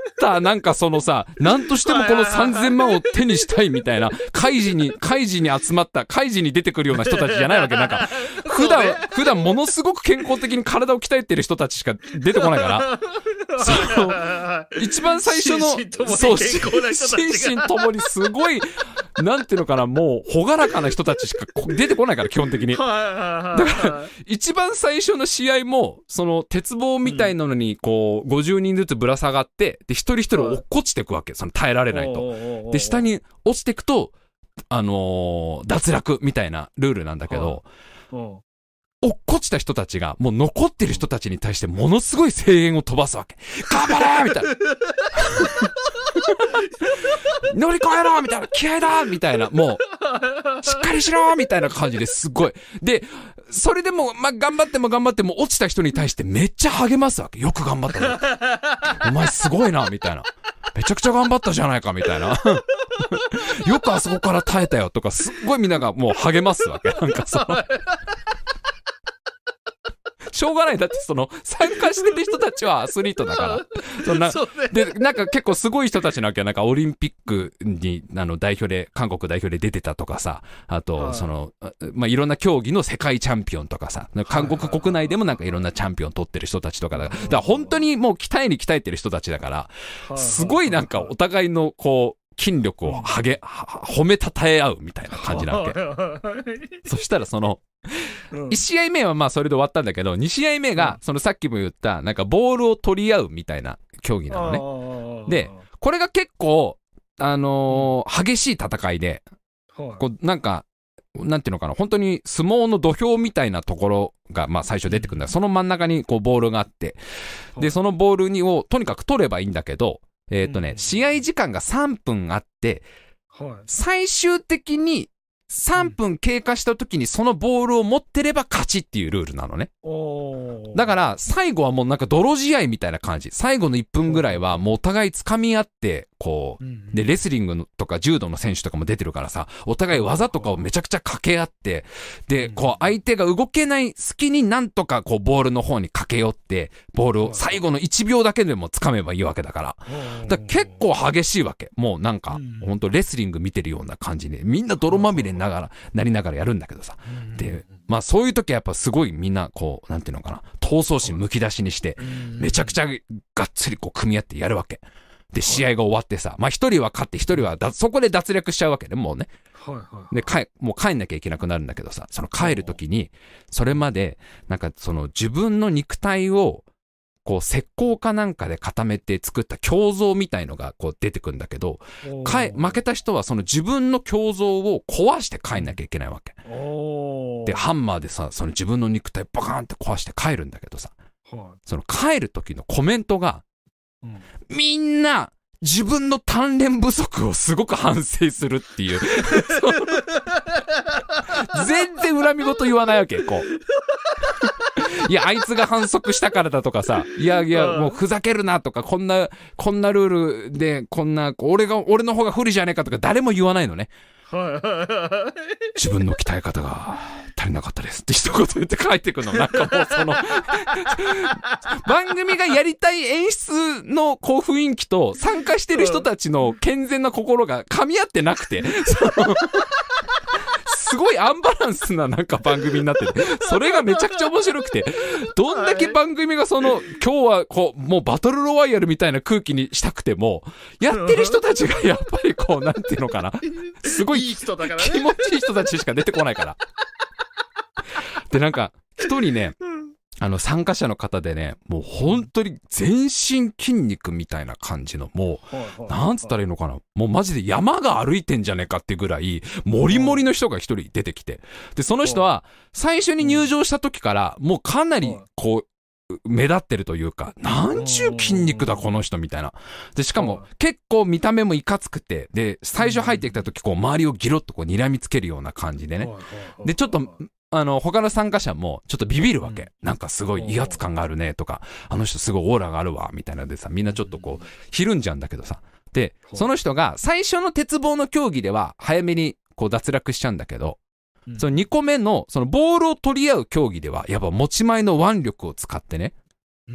なんかそのさ、なんとしてもこのさんぜんまんを手にしたいみたいな、開示に、開示に集まった、開示に出てくるような人たちじゃないわけ。なんか、普段、普段ものすごく健康的に体を鍛えてる人たちしか出てこないから、その、一番最初の、そう、心身ともにすごい、なんていうのかな、もう、ほがらかな人たちしか出てこないから、基本的に。だから、一番最初の試合も、その、鉄棒みたいなのに、こう、ごじゅうにんずつぶら下がって、で、一人一人落っこちていくわけ。その、耐えられないと。で、下に落ちていくと、あのー、脱落みたいなルールなんだけど、落っこちた人たちが、もう残ってる人たちに対してものすごい声援を飛ばすわけ。頑張れーみたいな。乗り越えろみたいな。気合だみたいな。もう、しっかりしろみたいな感じですごい。で、それでも、まあ、頑張っても頑張っても落ちた人に対してめっちゃ励ますわけ。よく頑張ったの。お前すごいなみたいな。めちゃくちゃ頑張ったじゃないかみたいな。よくあそこから耐えたよとか、すっごいみんながもう励ますわけ。なんかその。しょうがない。だってその、参加してる人たちはアスリートだから。そんな、で、なんか結構すごい人たちなわけ。なんかオリンピックに、あの、代表で、韓国代表で出てたとかさ、あと、その、まあ、いろんな競技の世界チャンピオンとかさ、韓国国内でもなんかいろんなチャンピオン取ってる人たちとかだから、だから本当にもう鍛えに鍛えてる人たちだから、すごいなんかお互いのこう、筋力をはげ、褒めたたえ合うみたいな感じなわけ。そしたらその、いち試合目はまあそれで終わったんだけど、に試合目が、そのさっきも言った、なんかボールを取り合うみたいな競技なのね。で、これが結構、あのー、激しい戦いで、こうなんか、なんていうのかな、本当に相撲の土俵みたいなところが、まあ最初出てくるんだ。その真ん中にこうボールがあって、で、そのボールにをとにかく取ればいいんだけど、えっとね、試合時間がさんぷんあって、最終的にさんぷん経過した時にそのボールを持ってれば勝ちっていうルールなのね。だから最後はもうなんか泥試合みたいな感じ。最後のいっぷんぐらいはもうお互い掴み合って、こう、で、レスリングとか柔道の選手とかも出てるからさ、お互い技とかをめちゃくちゃ掛け合って、で、こう相手が動けない隙になんとかこうボールの方に駆け寄って、ボールを最後のいちびょうだけでも掴めばいいわけだから。だから結構激しいわけ。もうなんか、ほんとレスリング見てるような感じで、みんな泥まみれにながら、なりながらやるんだけどさ。で、まあそういう時はやっぱすごいみんなこう、なんていうのかな、闘争心むき出しにして、めちゃくちゃがっつりこう組み合ってやるわけ。で、試合が終わってさ、まあ一人は勝って一人はだ、そこで脱落しちゃうわけね、もうね。はいはいはい、で、帰、もう帰んなきゃいけなくなるんだけどさ、その帰るときに、それまで、なんかその自分の肉体を、こう石膏かなんかで固めて作った胸像みたいのがこう出てくるんだけど、かえ負けた人はその自分の胸像を壊して帰んなきゃいけないわけ。で、ハンマーでさ、その自分の肉体バカーンって壊して帰るんだけどさ、その帰る時のコメントが、うん、みんな自分の鍛錬不足をすごく反省するっていう全然恨み事言わないわけ、こういやあいつが反則したからだとかさ、いやいやもうふざけるなとか、こんなこんなルールでこんな俺が俺の方が不利じゃねえかとか誰も言わないのね。自分の鍛え方が足りなかったですって一言言って帰ってくるの。なんかもうその番組がやりたい演出のこう雰囲気と参加してる人たちの健全な心が噛み合ってなくて、そのすごいアンバランスななんか番組になってて、それがめちゃくちゃ面白くて、どんだけ番組がその今日はこうもうバトルロワイヤルみたいな空気にしたくても、やってる人たちがやっぱりこうなんていうのかな、すごい気持ちいい人たちしか出てこないから。でなんか一人ね、あの参加者の方でね、もう本当に全身筋肉みたいな感じの、もうなんつったらいいのかな、もうマジで山が歩いてんじゃねえかってぐらいモリモリの人が一人出てきて、でその人は最初に入場した時からもうかなりこう目立ってるというか、なんちゅう筋肉だこの人みたいな。でしかも結構見た目もいかつくて、で最初入ってきた時こう周りをギロッとこう睨みつけるような感じでね、でちょっとあの他の参加者もちょっとビビるわけ、うん、なんかすごい威圧感があるねとか、あの人すごいオーラがあるわみたいなのでさ、みんなちょっとこうひるんじゃうんだけどさ、でその人が最初の鉄棒の競技では早めにこう脱落しちゃうんだけど、うん、そのにこめのそのボールを取り合う競技ではやっぱ持ち前の腕力を使ってね、うん、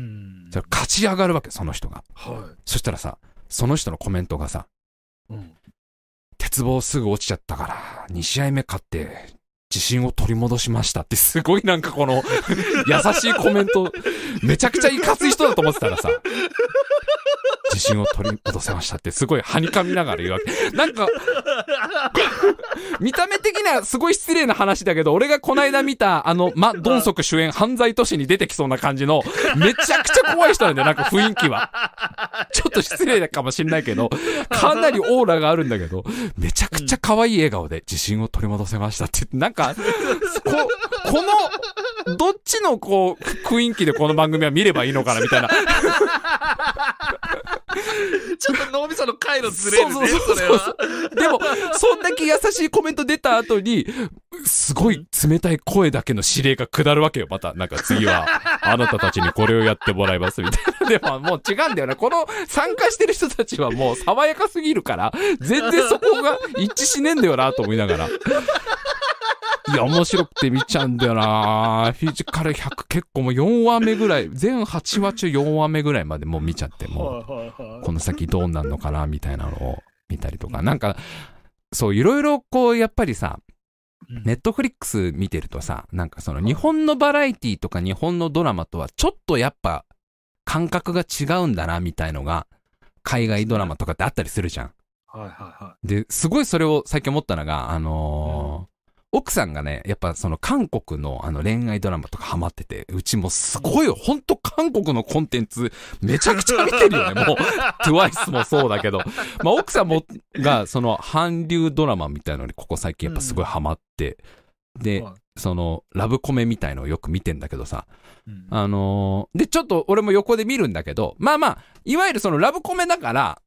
それ勝ち上がるわけ、その人が、はい、そしたらさ、その人のコメントがさ、うん、鉄棒すぐ落ちちゃったからに試合目勝って自信を取り戻しましたって、すごいなんかこの優しいコメント、めちゃくちゃいかつい人だと思ってたらさ、自信を取り戻せましたってすごいはにかみながら言うわけ。なんか見た目的にはすごい失礼な話だけど、俺がこないだ見たあのマ・ドンソク主演犯罪都市に出てきそうな感じのめちゃくちゃ怖い人なんだよ、なんか雰囲気は。ちょっと失礼かもしんないけど、かなりオーラがあるんだけど、めちゃくちゃ可愛い笑顔で自信を取り戻せましたって言って、なんかここのどっちのこう雰囲気でこの番組は見ればいいのかなみたいな。 ちょっと脳みその回路ずれるね、そうそうそうそう、それは。 でもそんだけ優しいコメント出た後にすごい冷たい声だけの指令が下るわけよ。またなんか次はあなたたちにこれをやってもらいますみたいな。でももう違うんだよな、この参加してる人たちはもう爽やかすぎるから全然そこが一致しねえんだよなと思いながら。いや面白くて見ちゃうんだよな。フィジカルひゃく結構もうよんわめぐらい、全はちわ中よんわめぐらいまでもう見ちゃって、もうこの先どうなんのかなみたいなのを見たりとか、なんかそういろいろこうやっぱりさ、ネットフリックス見てるとさ、なんかその日本のバラエティとか日本のドラマとはちょっとやっぱ感覚が違うんだなみたいのが海外ドラマとかってあったりするじゃん。はいはいはい。で、すごいそれを最近思ったのが、あのーうん奥さんがね、やっぱその韓国のあの恋愛ドラマとかハマってて、うちもすごいよ、ほんと韓国のコンテンツめちゃくちゃ見てるよね、もう。トゥワイスもそうだけど。まあ奥さんもがその韓流ドラマみたいのにここ最近やっぱすごいハマって、うん、で、そのラブコメみたいのをよく見てんだけどさ、うん、あのー、で、ちょっと俺も横で見るんだけど、まあまあ、いわゆるそのラブコメだから、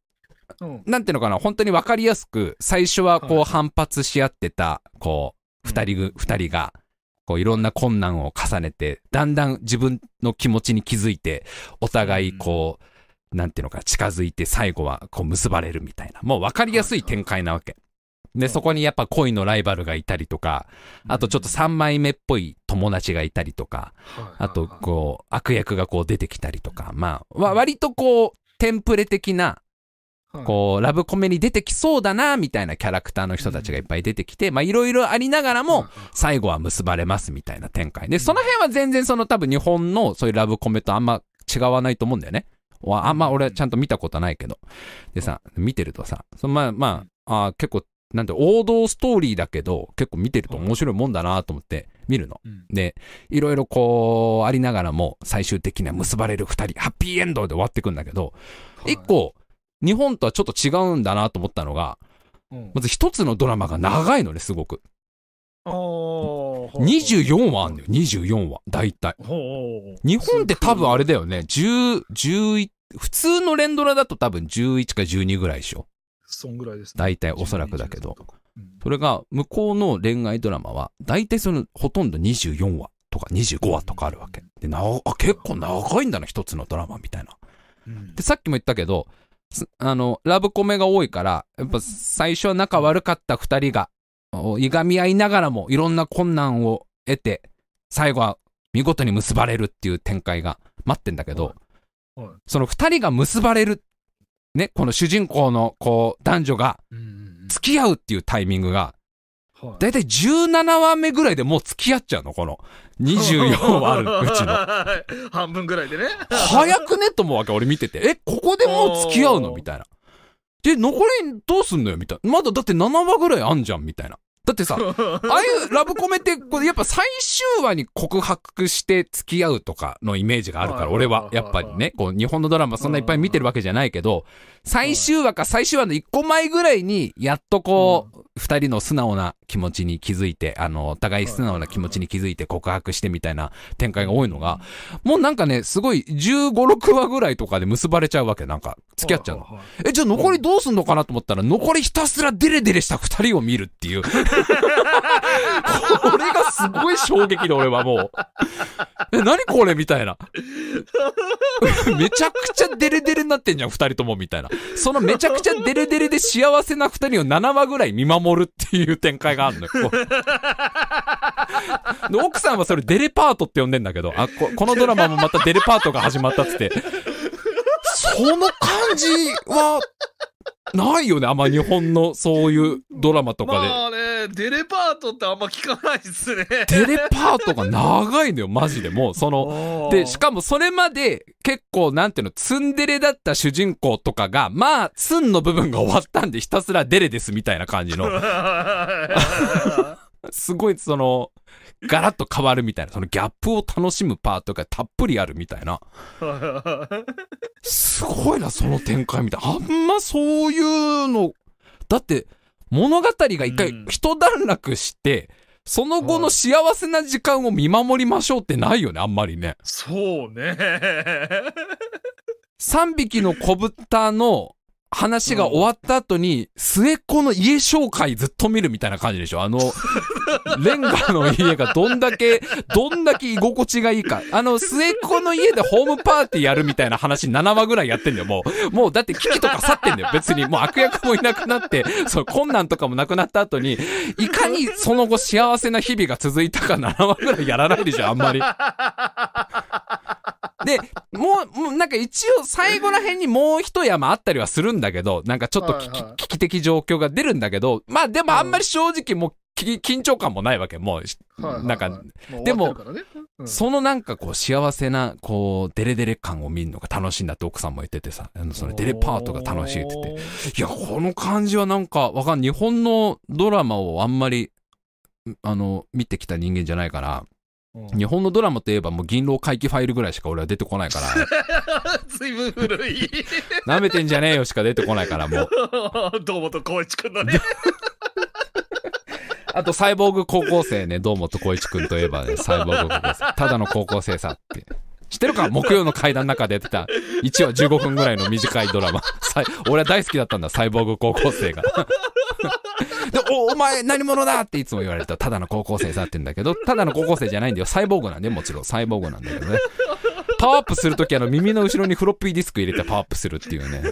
うん、 なんていうのかな、本当にわかりやすく、最初はこう反発し合ってた、こう、二人、二人が、こういろんな困難を重ねて、だんだん自分の気持ちに気づいて、お互いこう、なんていうのか、近づいて最後はこう結ばれるみたいな、もうわかりやすい展開なわけ。で、そこにやっぱ恋のライバルがいたりとか、あとちょっと三枚目っぽい友達がいたりとか、あとこう、悪役がこう出てきたりとか、まあ、割とこう、テンプレ的な、こう、ラブコメに出てきそうだな、みたいなキャラクターの人たちがいっぱい出てきて、まあ、いろいろありながらも、最後は結ばれます、みたいな展開。で、その辺は全然その多分日本のそういうラブコメとあんま違わないと思うんだよね。あんま俺ちゃんと見たことないけど。でさ、見てるとさ、そのまあ、まあ、あ結構、なんて王道ストーリーだけど、結構見てると面白いもんだなと思って見るの。で、いろいろこう、ありながらも、最終的には結ばれる二人、ハッピーエンドで終わってくんだけど、一個、日本とはちょっと違うんだなと思ったのが、うん、まず一つのドラマが長いのね、すごく。にじゅうよんわあんのよ、にじゅうよんわ。だいたい。日本って多分あれだよね、じゅう、じゅういち、普通の連ドラだと多分じゅういちかじゅうにぐらいでしょ。 そんぐらいですね。 だいたいおそらくだけど。それが、向こうの恋愛ドラマは、だいたいその、ほとんどにじゅうよんわとかにじゅうごわとかあるわけ。で、なあ、結構長いんだな、一つのドラマみたいな。で、さっきも言ったけど、あの、ラブコメが多いから、やっぱ最初は仲悪かった二人が、いがみ合いながらもいろんな困難を得て、最後は見事に結ばれるっていう展開が待ってんだけど、はいはい、その二人が結ばれる、ね、この主人公のこう男女が付き合うっていうタイミングが、だいたいじゅうななわめぐらいでもう付き合っちゃうの、この。にじゅうよんわあるうちの。 半分ぐらいでね。 早くねと思うわけ、俺見てて。え、ここでもう付き合うのみたいな。で、残りどうすんのよみたいな。まだだってななわぐらいあんじゃんみたいな。だってさ、ああいうラブコメって、これやっぱ最終話に告白して付き合うとかのイメージがあるから、俺は、やっぱりね、こう、日本のドラマそんないっぱい見てるわけじゃないけど、最終話か最終話の一個前ぐらいに、やっとこう、二人の素直な気持ちに気づいて、あの、お互い素直な気持ちに気づいて告白してみたいな展開が多いのが、もうなんかね、すごいじゅうご、ろくわぐらいとかで結ばれちゃうわけ、なんか、付き合っちゃうの。え、じゃあ残りどうすんのかなと思ったら、残りひたすらデレデレした二人を見るっていう。これがすごい衝撃で、俺はもう。え、何これみたいな。めちゃくちゃデレデレになってんじゃん、二人ともみたいな。そのめちゃくちゃデレデレで幸せな二人をななわぐらい見守るっていう展開があるのよ。で奥さんはそれデレパートって呼んでんだけど、あ、こ、このドラマもまたデレパートが始まったっつって。その感じは、ないよね、あんま日本のそういうドラマとかで。 まあね、デレパートってあんま聞かないですね。 デレパートが長いのよ、マジで。もう、その、で、しかもそれまで結構、なんていうの、ツンデレだった主人公とかが、まあ、ツンの部分が終わったんで、ひたすらデレですみたいな感じの。すごい、その、ガラッと変わるみたいな、そのギャップを楽しむパートがたっぷりあるみたいな。すごいな、その展開みたいな。あんまそういうの、だって物語が一回一段落して、うん、その後の幸せな時間を見守りましょうってないよね、あんまりね。 そうね。 三匹の子豚の話が終わった後に、末っ子の家紹介ずっと見るみたいな感じでしょ。あの、レンガの家がどんだけ、どんだけ居心地がいいか。あの、末っ子の家でホームパーティーやるみたいな話ななわぐらいやってんだよ、もう。もうだって危機とか去ってんだよ。別にもう悪役もいなくなって、そう、困難とかもなくなった後に、いかにその後幸せな日々が続いたかななわぐらいやらないでしょ、あんまり。で、もう、もうなんか一応最後ら辺にもう一山あったりはするんだけど、なんかちょっと危機、はいはい、危機的状況が出るんだけど、まあでもあんまり正直もう緊張感もないわけ、もう、はいはいはい、なんか、もうでも、ねうん、そのなんかこう幸せな、こう、デレデレ感を見るのが楽しいんだって奥さんも言っててさ、あのそのデレパートが楽しいって言って、いや、この感じはなんかわかんない。日本のドラマをあんまり、あの、見てきた人間じゃないから、日本のドラマといえばもう銀狼回帰ファイルぐらいしか俺は出てこないからずいぶん古い舐めてんじゃねえよしか出てこないからもう堂本光一くんのねあとサイボーグ高校生ね、堂本光一くんといえばね、サイボーグ高校生ただの高校生さって知ってるか？木曜の階段の中でやってたいちわじゅうごふんぐらいの短いドラマ。俺は大好きだったんだ、サイボーグ高校生が。で お, お前何者だっていつも言われると、ただの高校生さって言うんだけど、ただの高校生じゃないんだよ、サイボーグなんで、もちろんサイボーグなんだけどね。パワーアップするときあの耳の後ろにフロッピーディスク入れてパワーアップするっていうね。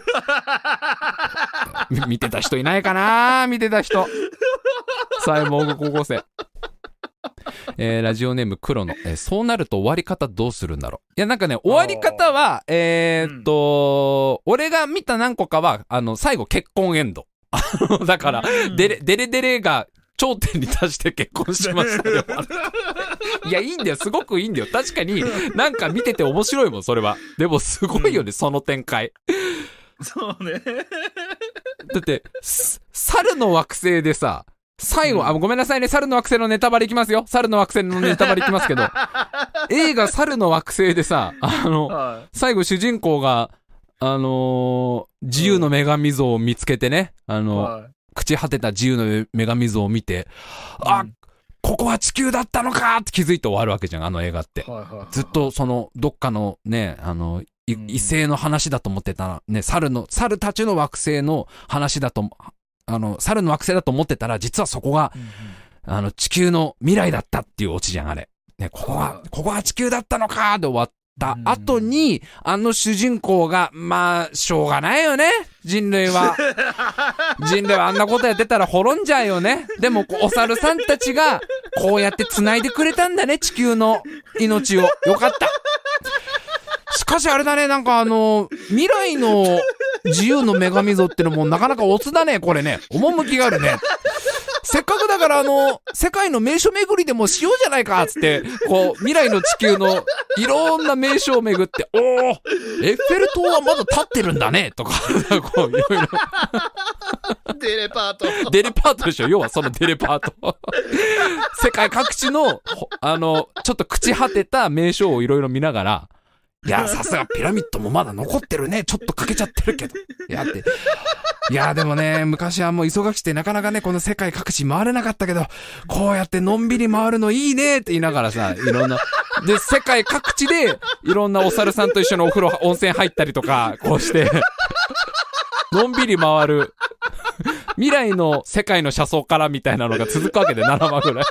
見てた人いないかな？見てた人。サイボーグ高校生。えー、ラジオネーム黒の、えー、そうなると終わり方どうするんだろう。いやなんかね、終わり方はえー、っと、うん、俺が見た何個かはあの最後結婚エンド。だから、うん、デレデレデレが頂点に達して結婚しましたよ。いやいいんだよ、すごくいいんだよ。確かになんか見てて面白いもんそれは。でもすごいよね、うん、その展開。 そうね。 だって猿の惑星でさ。最後、あ、ごめんなさいね、猿の惑星のネタバレいきますよ。猿の惑星のネタバレいきますけど、映画猿の惑星でさ、あの、はい、最後主人公が、あのー、自由の女神像を見つけてね、あの、はい、朽ち果てた自由の女神像を見て、うん、あ、ここは地球だったのかって気づいて終わるわけじゃん、あの映画って。はいはいはい、ずっとその、どっかのね、あの、異性の話だと思ってたね、猿の、猿たちの惑星の話だと、あの、猿の惑星だと思ってたら、実はそこが、うんうん、あの、地球の未来だったっていうオチじゃん、あれ。ね、ここは、ここは地球だったのかで終わった後に、あの主人公が、まあ、しょうがないよね、人類は。人類はあんなことやってたら滅んじゃうよね。でも、お猿さんたちが、こうやって繋いでくれたんだね、地球の命を。よかった。しかしあれだね、なんかあの、未来の自由の女神像ってのもなかなかオツだね、これね。趣があるね。せっかくだからあの、世界の名所巡りでもしようじゃないか、つって、こう、未来の地球のいろんな名所を巡って、おー、エッフェル塔はまだ立ってるんだね、とか、こう、いろいろ。 デレパート。 デレパートでしょ、要はそのデレパート。世界各地の、あの、ちょっと朽ち果てた名所をいろいろ見ながら、いや、さすがピラミッドもまだ残ってるね。ちょっと欠けちゃってるけど。いやって。いや、でもね、昔はもう忙しくてなかなかね、この世界各地回れなかったけど、こうやってのんびり回るのいいねって言いながらさ、いろんな。で、世界各地で、いろんなお猿さんと一緒にお風呂、温泉入ったりとか、こうして、のんびり回る。未来の世界の車窓からみたいなのが続くわけで、ななわぐらい。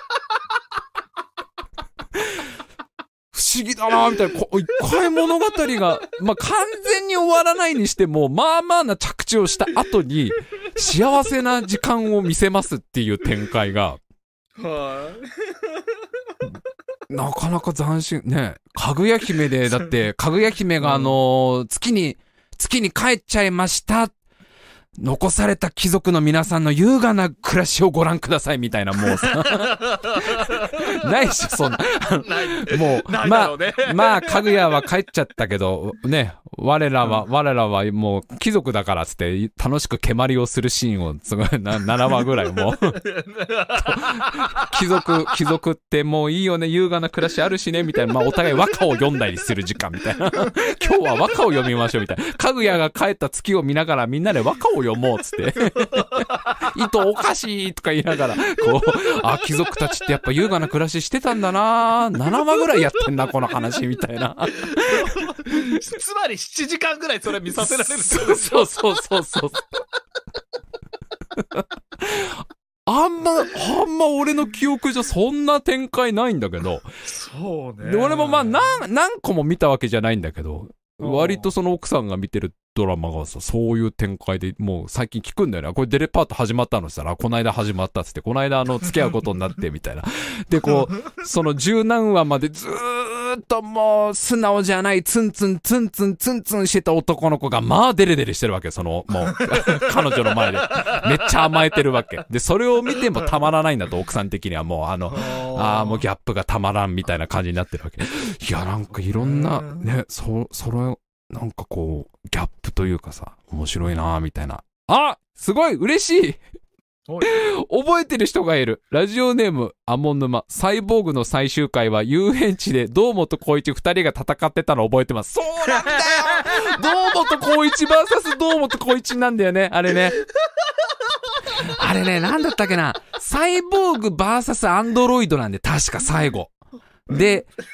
不思議だなみたいな、一回物語が、まあ、完全に終わらないにしても、まあまあな着地をした後に、幸せな時間を見せますっていう展開が、はい。なかなか斬新。ね、かぐや姫で、だって、かぐや姫があのー、月に、月に帰っちゃいました。残された貴族の皆さんの優雅な暮らしをご覧くださいみたいな、もうさ。ないしょ、そんな。もう、まあ、まあ、かぐやは帰っちゃったけど、ね、我らは、うん、我らはもう貴族だからつって楽しく蹴鞠をするシーンをすごいなななわぐらいもう貴族貴族ってもういいよね、優雅な暮らしあるしねみたいな、まあお互い和歌を読んだりする時間みたいな今日は和歌を読みましょうみたいな、かぐやが帰った月を見ながらみんなで和歌を読もうつって糸おかしいとか言いながらこう、あ、貴族たちってやっぱ優雅な暮らししてたんだな、ななわぐらいやってんなこの話みたいなつまりしちじかんぐらいそれ見させられるってことですよ。そうそうそうそうあんまあんま俺の記憶じゃそんな展開ないんだけど、 そうね。 で俺もまあ何何個も見たわけじゃないんだけど、割とその奥さんが見てるドラマがさ、そういう展開でもう最近聞くんだよね。これデレパート始まったのしたら、この間始まったっつって、この間あの付き合うことになってみたいな。で、こう、その十何話までずーっともう素直じゃない、ツンツンツンツンツンツンしてた男の子が、まあデレデレしてるわけ。その、もう、彼女の前で。めっちゃ甘えてるわけ。で、それを見てもたまらないんだと、奥さん的にはもうあの、ああ、もうギャップがたまらんみたいな感じになってるわけ。いや、なんかいろんな、ね、そ、それ、なんかこう、ギャップというかさ、面白いなぁ、みたいな。あ、すごい嬉しい覚えてる人がいる。ラジオネーム、アモン沼。サイボーグの最終回は遊園地で堂本光一二人が戦ってたの覚えてます。そうなんだよ堂本光一 ブイエス 堂本光一なんだよね、あれね。あれね、なんだったっけな。サイボーグ ブイエス アンドロイドなんで、確か最後。で、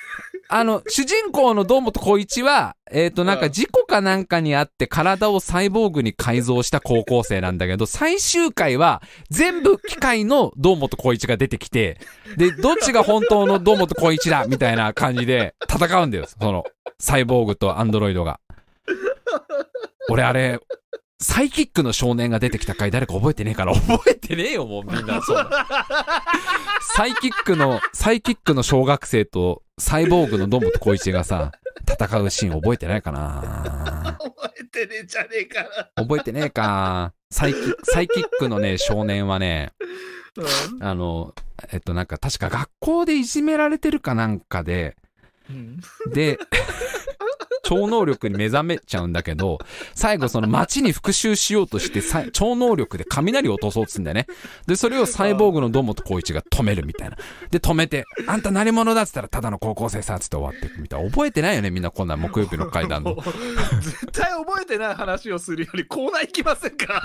あの、主人公の堂本光一は、えっと、なんか事故かなんかにあって体をサイボーグに改造した高校生なんだけど、最終回は全部機械の堂本光一が出てきて、で、どっちが本当の堂本光一だみたいな感じで戦うんだよ。その、サイボーグとアンドロイドが。俺あれ、サイキックの少年が出てきた回誰か覚えてねえから覚えてねえよもうみんなそんなサイキックのサイキックの小学生とサイボーグの堂本光一がさ戦うシーン覚えてないかな。 覚えてねえじゃねえかな。覚えてねえか。サイキサイキックのね少年はね、うん、あのえっとなんか確か学校でいじめられてるかなんかで、うん、で超能力に目覚めちゃうんだけど、最後その街に復讐しようとして超能力で雷を落とそうとするんだよね。で、それをサイボーグの堂本光一が止めるみたいな。で、止めて、あんた何者だっつったらただの高校生さっつって終わっていくみたいな。覚えてないよね、みんなこんな木曜日の階段の。 絶対覚えてない話をするよりコーナー行きませんか？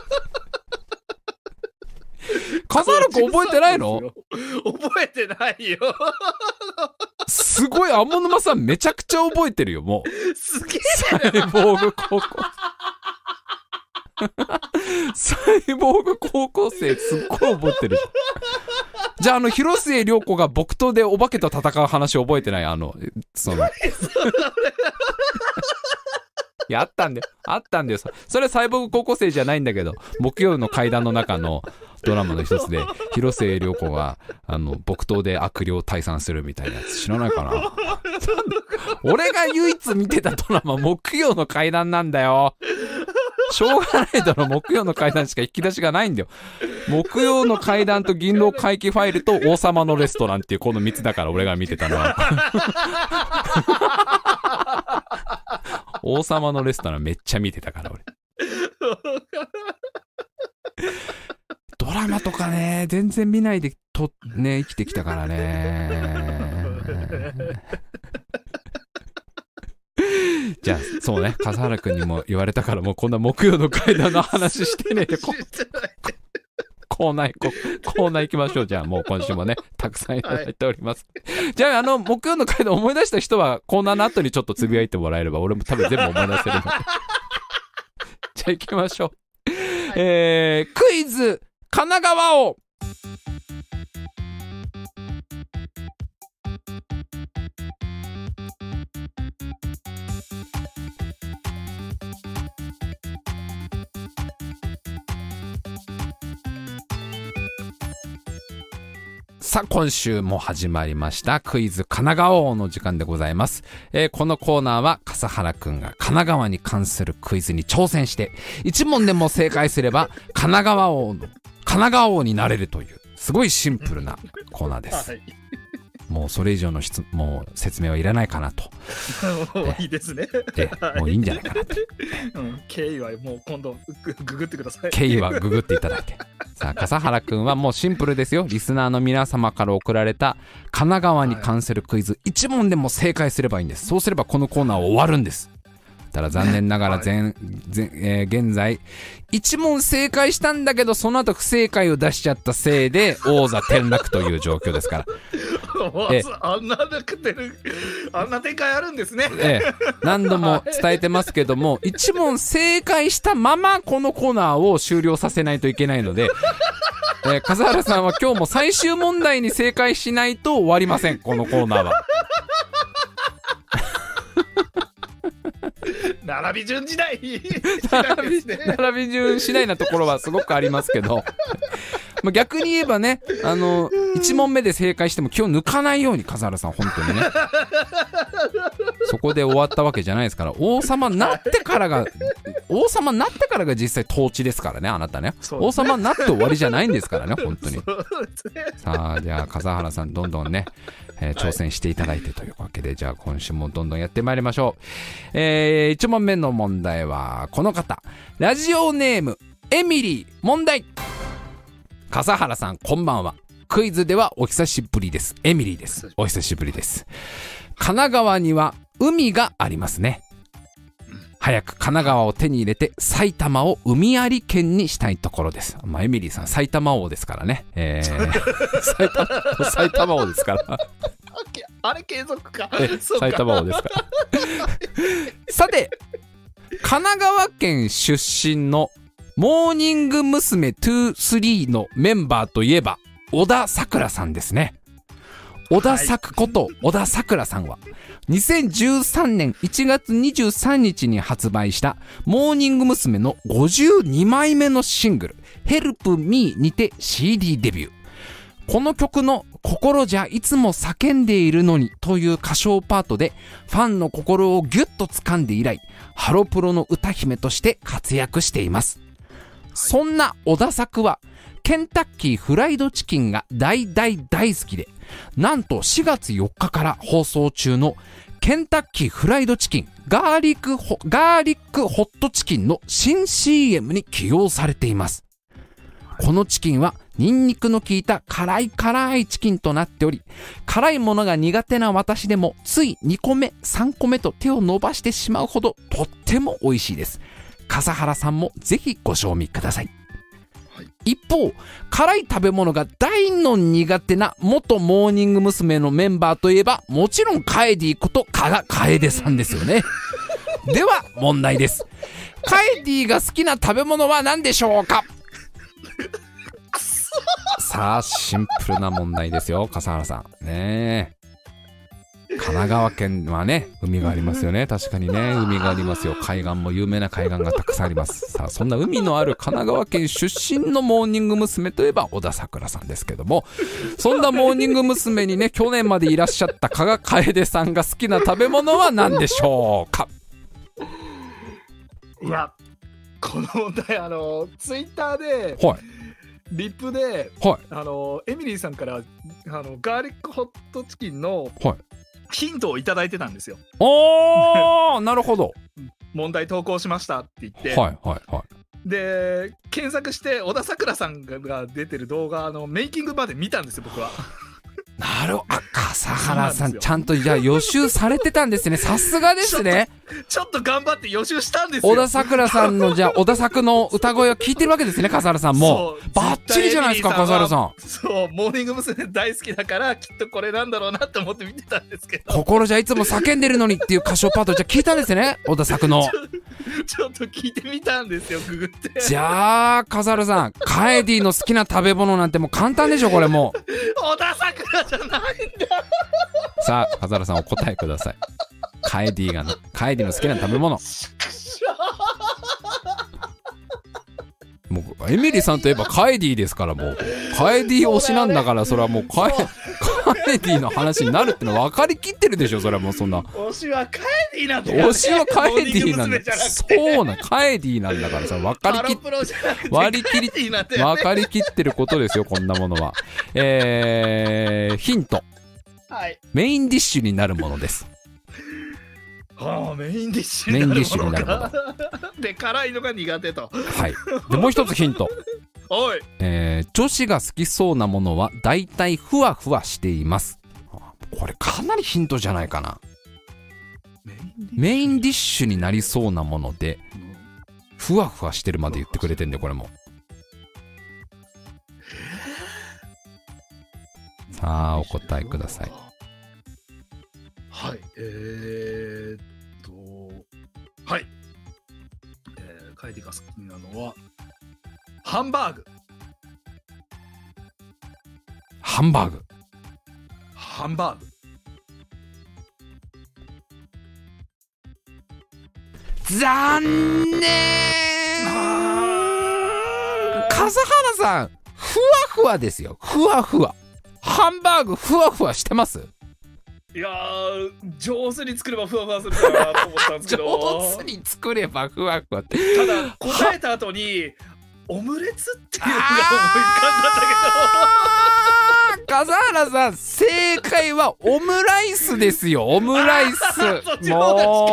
笠原くん覚えてないの？ 覚えてないよ。 すごい、天沼さんめちゃくちゃ覚えてるよ、もう。 すげえサイボーグ高校。サイボーグ高校生すっごい覚えてる。じゃあ、あの、広末涼子が木刀でお化けと戦う話覚えてない？あの、その。いや、あったんだよ。あったんだよ。それはサイボーグ高校生じゃないんだけど、木曜の階段の中のドラマの一つで、広末涼子が、あの、木刀で悪霊を退散するみたいなやつ知らないかな？俺が唯一見てたドラマ、木曜の階段なんだよ。しょうがないだろ、木曜の階段しか引き出しがないんだよ。木曜の階段と銀狼回帰ファイルと王様のレストランっていうこのみっつだから俺が見てたのは。王様のレストランめっちゃ見てたから俺。ドラマとかね全然見ないでとね生きてきたからね。じゃあそうね、笠原くんにも言われたからもうこんな木曜の階段の話してねえ。コーナー行こう。コーナー行きましょう。じゃあもう今週もね、たくさんいただいております。はい、じゃああの、木曜の回で思い出した人はコーナーの後にちょっとつぶやいてもらえれば、俺も多分全部思い出せるので。じゃあ行きましょう。はい、えー、クイズ、神奈川を。さあ今週も始まりましたクイズ神奈川王の時間でございます、えー、このコーナーは笠原くんが神奈川に関するクイズに挑戦して一問でも正解すれば神奈川王の神奈川王になれるというすごいシンプルなコーナーです、はい、もうそれ以上の質もう説明はいらないかなと。 もういいですね。 えもういいんじゃないかなと、 うん、経緯はもう今度ググってください。 経緯はググっていただいて。さあ笠原くんはもうシンプルですよ。リスナーの皆様から送られた神奈川に関するクイズ、はい、いち問でも正解すればいいんです。そうすればこのコーナーは終わるんです。ただ残念ながら前、はい前えー、現在いち問正解したんだけどその後不正解を出しちゃったせいで王座転落という状況ですから。 えあんなあんな展開あるんですね。 ええ、何度も伝えてますけどもいち問正解したままこのコーナーを終了させないといけないので、えー、笠原さんは今日も最終問題に正解しないと終わりません。このコーナーは並び順時代並び、ね、並び順次第なところはすごくありますけどまあ逆に言えばね、あのいち問目で正解しても今日抜かないように笠原さん本当にねそこで終わったわけじゃないですから、王様になってからが王様になってからが実際統治ですからね、あなた ね, ね王様になって終わりじゃないんですからね本当に、ね、さあじゃあ笠原さんどんどんねえー、挑戦していただいてというわけで、はい、じゃあ今週もどんどんやってまいりましょう。えー、いち問目の問題はこの方、ラジオネームエミリー。問題。笠原さんこんばんは。クイズではお久しぶりです。エミリーです。お久しぶりです。神奈川には海がありますね。早く神奈川を手に入れて埼玉を海あり県にしたいところです。まあ、エミリーさん埼玉王ですからね、えー、埼玉、埼玉王ですからあれ継続か。 埼玉王ですからさて神奈川県出身のモーニング娘。に、さんのメンバーといえば小田さくらさんですね。小田作こと小田さくらさんはにせんじゅうさんねんいちがつにじゅうさんにちに発売したモーニング娘。のごじゅうにまいめのシングル Help Me にて シーディー デビュー。この曲の心じゃいつも叫んでいるのにという歌唱パートでファンの心をギュッと掴んで以来ハロプロの歌姫として活躍しています。そんな小田作はケンタッキーフライドチキンが大大大好きで、なんとしがつよっかから放送中のケンタッキーフライドチキンガーリックホ、ガーリックホットチキンの新 シーエム に起用されています。このチキンはニンニクの効いた辛い辛いチキンとなっており、辛いものが苦手な私でもついにこめさんこめと手を伸ばしてしまうほどとっても美味しいです。笠原さんもぜひご賞味ください。一方、辛い食べ物が大の苦手な元モーニング娘。のメンバーといえばもちろんカエディこと加賀楓さんですよね。では問題です。カエディが好きな食べ物は何でしょうか。さあシンプルな問題ですよ笠原さんね。神奈川県はね海がありますよね。確かにね海がありますよ。海岸も有名な海岸がたくさんあります。さあそんな海のある神奈川県出身のモーニング娘。といえば小田さくらさんですけども、そんなモーニング娘。にね去年までいらっしゃった加賀楓さんが好きな食べ物は何でしょうか。 いやこの問題あのツイッターで、 はい、 リップで、はい、あのエミリーさんからあのガーリックホットチキンの、はい、ヒントをいただいてたんですよ。 おーなるほど問題投稿しましたって言って、 はいはいはい、 で検索して小田さくらさんが出てる動画のメイキングまで見たんですよ僕は。 なるほど。あ、笠原さんちゃんとじゃあ予習されてたんですね。さすがですね。 ちょっと頑張って予習したんですよ。 小田さくらさんのじゃあ小田作の歌声を聞いてるわけですね笠原さんも。バッチリじゃないですか笠原さん。 そうモーニング娘。大好きだからきっとこれなんだろうなって思って見てたんですけど、 心じゃいつも叫んでるのにっていう歌唱パートじゃ聞いたんですね小田作の。 ちょっと聞いてみたんですよググって。 じゃあ笠原さんカエディの好きな食べ物なんてもう簡単でしょこれもう。 小田さくらじゃないんだ。 さあ笠原さんお答えください。カエディがのカエディの好きな食べ物。もうエミリーさんといえばカエディですから、もうカエディ推しなんだから、それはもうカエ、カエディの話になるっての分かりきってるでしょ。それはもうそんな推しはカエディなんだ。 推しはカエディなんだ。そうなカエディなんだからさ、分かりきって割り切り分かりきってることですよこんなものは。えー、ヒント、はい、メインディッシュになるものです。 はあ、メインディッシュになるものか。メインディッシュになるもので辛いのが苦手と。 はい。でもう一つヒント。 おい、 えー、女子が好きそうなものはだいたいふわふわしています。これかなりヒントじゃないかな。メインディッシュになりそうなものでふわふわしてるまで言ってくれてんで、これも。さあお答えください。 はい、えー、っとはい、えー、カエディが好きなのはハンバーグ。 ハンバーグハンバーグ残念。笠原さんふわふわですよ。ふわふわ。ハンバーグふわふわしてます？ いやー、上手に作ればふわふわするかなと思ったんですけど上手に作ればふわふわって。 ただ答えた後にオムレツっていうのが思い浮かんだんだけど笠原さん正解はオムライスですよ。オムライス。 も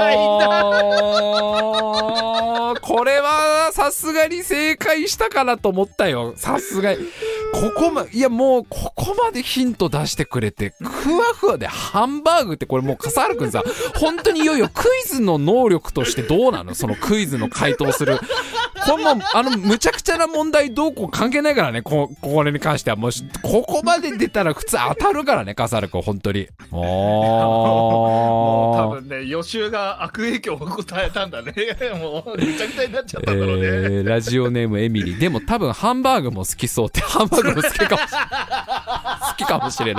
うこれはさすがに正解したかなと思ったよ。さすがにここまいやもうここまでヒント出してくれてふわふわでハンバーグって、これもう笠原くんさ本当にいよいよクイズの能力としてどうなの？そのクイズの回答するこのあのむちゃくちゃな問題どうこう関係ないからね。ここれに関してはもうここまで出たら普通当たるからね、笠原君本当に。おもう多分ね、予習が悪影響を答えたんだね。もうぐちゃぐちゃになっちゃったんだろうね。 えー、ラジオネームエミリー。でも多分ハンバーグも好きそうって。ハンバーグも好きかもしれない。好きかもしれない。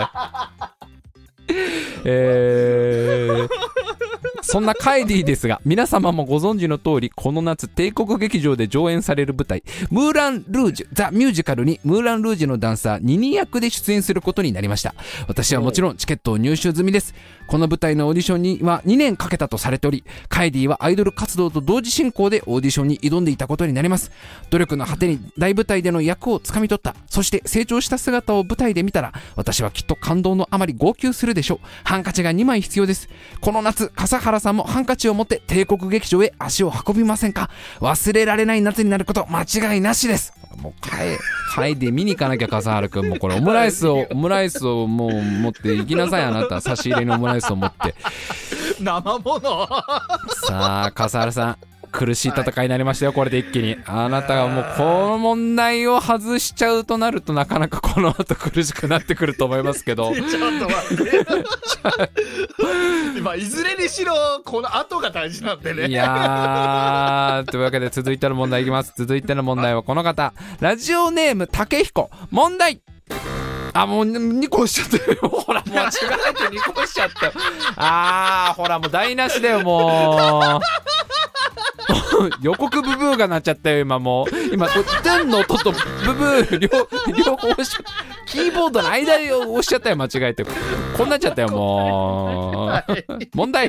えー、そんなカイディですが、皆様もご存知の通り、この夏帝国劇場で上演される舞台ムーラン・ルージュザ・ミュージカルにムーラン・ルージュのダンサーニニ役で出演することになりました。私はもちろんチケットを入手済みです。この舞台のオーディションにはにねんかけたとされており、カイディはアイドル活動と同時進行でオーディションに挑んでいたことになります。努力の果てに大舞台での役をつかみ取った、そして成長した姿を舞台で見たら、私はきっと感動のあまり号泣するでしょう。ハンカチがにまい必要です。この夏、笠原さんもハンカチを持って帝国劇場へ足を運びませんか？忘れられない夏になること間違いなしです。もうカイカイディ見に行かなきゃ、笠原くん。もうこれオムライスをオムライスをもう持って行きなさい。あなた差し入れのオムライスを持って生もの。 さあ笠原さん、苦しい戦いになりましたよ、これで一気に。あなたがもうこの問題を外しちゃうとなると、なかなかこの後苦しくなってくると思いますけど。 ちょっと待ってまあいずれにしろこの後が大事なんでね。 いやー、というわけで続いての問題いきます。続いての問題はこの方、ラジオネーム竹彦。問題。あ、もうにこ押しちゃったよ。ほら、もう間違えてにこ押しちゃったよ。あー、ほらもう台無しだよ、もう。予告ブブーが鳴っちゃったよ、今もう。今、天の音とブブー、両、両方押し、キーボードの間で押しちゃったよ、間違えて。こんなっちゃったよ、もう。はい、問題。はい、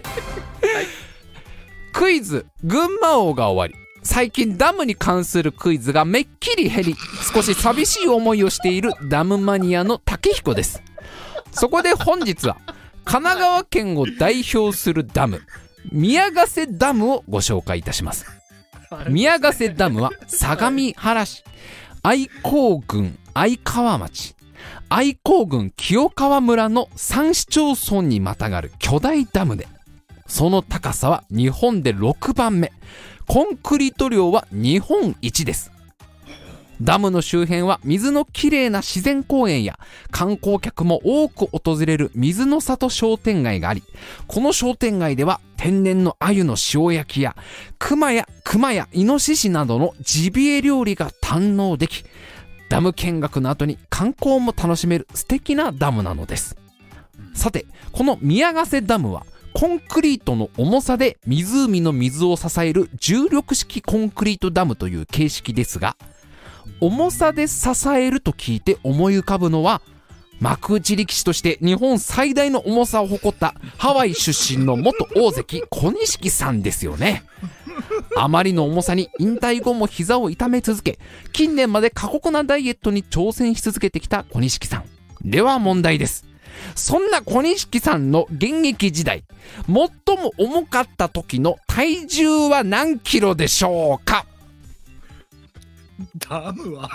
クイズ、群馬王が終わり。最近ダムに関するクイズがめっきり減り、少し寂しい思いをしているダムマニアの竹彦です。そこで本日は、神奈川県を代表するダム、宮ヶ瀬ダムをご紹介いたします。宮ヶ瀬ダムは相模原市、愛好郡愛川町、愛好郡清川村のさん市町村にまたがる巨大ダムで、その高さは日本でろくばんめ、コンクリート量は日本一です。ダムの周辺は水のきれいな自然公園や観光客も多く訪れる水の里商店街があり、この商店街では天然の鮎の塩焼きや熊や熊やイノシシなどのジビエ料理が堪能でき、ダム見学の後に観光も楽しめる素敵なダムなのです。さて、この宮ヶ瀬ダムはコンクリートの重さで湖の水を支える重力式コンクリートダムという形式ですが、重さで支えると聞いて思い浮かぶのは、幕内力士として日本最大の重さを誇ったハワイ出身の元大関小錦さんですよね。あまりの重さに引退後も膝を痛め続け、近年まで過酷なダイエットに挑戦し続けてきた小錦さん。では問題です。そんな小錦さんの現役時代、最も重かった時の体重は何キロでしょうか？ ダムは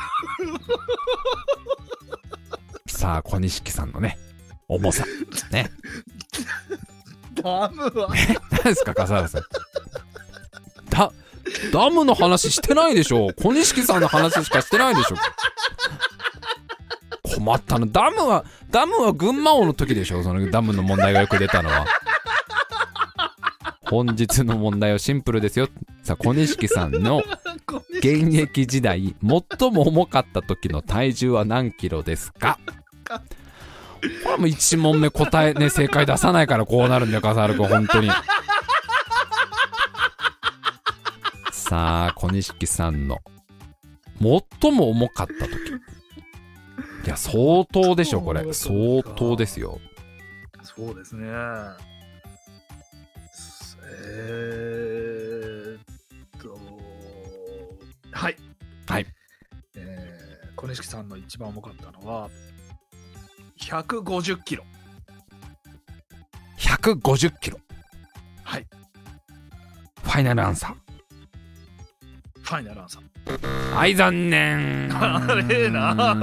さあ、小錦さんのね、重さね。 ダムは何ですか、笠原さん。ダダムの話してないでしょ。小錦さんの話しかしてないでしょ。困ったの。ダムはダムは群馬王の時でしょ。そのダムの問題がよく出たのは。本日の問題はシンプルですよ。さあ、小錦さんの現役時代最も重かった時の体重は何キロですか？これもいち問目答えね、正解出さないからこうなるんだよ、笠原君、本当に。さあ、小錦さんの最も重かった時。いや、相当でしょ、これ。相当ですよ。 そうですね。えーっと、はい。 はい。 えー、小錦さんの一番重かったのは、ひゃくごじゅっキロ。 ひゃくごじゅっキロ。 はい。 ファイナルアンサー。 ファイナルアンサー。 はい残念。 あれな。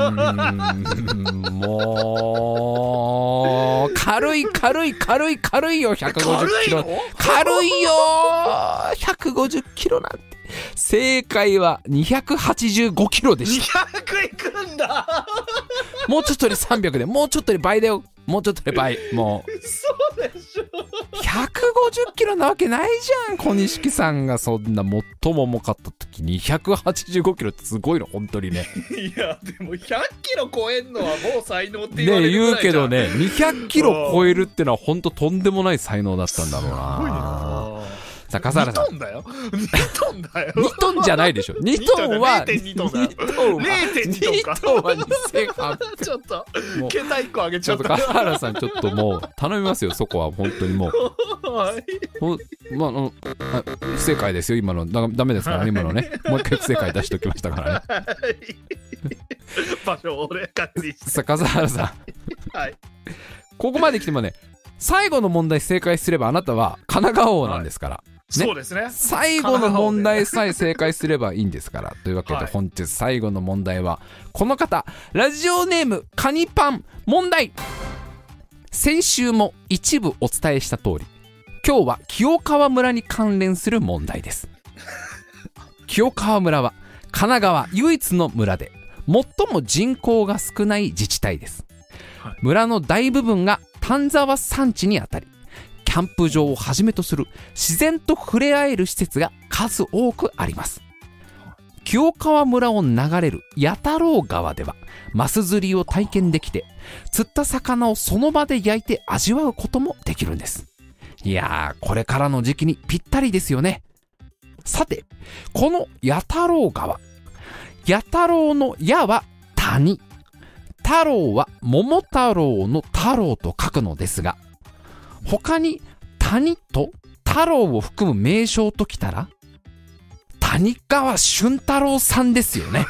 もう軽い軽い軽い軽いよひゃくごじゅっキロ。軽いよひゃくごじゅっキロなんて。正解はにひゃくはちじゅうごキロでした。 にひゃくいくんだ。 もうちょっとでさんびゃくで、もうちょっとで倍だよ。もうちょっとで倍。もうそうでしょ。 ひゃくごじゅっキロなわけないじゃん。小錦さんがそんな最も重かった時にひゃくはちじゅうごキロってすごいの本当にね。 いやでもひゃっキロ超えんのはもう才能って言われるぐらいじゃん。ね言うけどねにひゃくキロ超えるってのは本当とんでもない才能だったんだろうな。 すごいな。 さあ笠原さん。 にトンだよ。にトンだよ。 にトンじゃないでしょ。にトンはれいてんに トンだよ。 にトンはれいてんに トンか。 にトンはにせんはっぴゃく。 ちょっと桁いっこ上げちゃった。 ちょっと笠原さんちょっともう頼みますよそこは本当にもう。 はい。 ほまああの不正解ですよ今のだダメですからね今のね。もう一回不正解出しておきましたからね。 場所を俺確認して。 さあ笠原さん。 はい。 ここまで来てもね最後の問題正解すればあなたは神奈川王なんですから。 はいね、そうですね。 最後の問題さえ正解すればいいんですからというわけで本日最後の問題はこの方ラジオネームカニパン問題。先週も一部お伝えした通り今日は清川村に関連する問題です。清川村は神奈川唯一の村で最も人口が少ない自治体です、はい、村の大部分が丹沢山地にあたりキャンプ場をはじめとする自然と触れ合える施設が数多くあります。清川村を流れる弥太郎川ではマス釣りを体験できて釣った魚をその場で焼いて味わうこともできるんです。いやーこれからの時期にぴったりですよね。さてこの弥太郎川、弥太郎の弥は谷、太郎は桃太郎の太郎と書くのですが他に谷と太郎を含む名称ときたら谷川俊太郎さんですよね。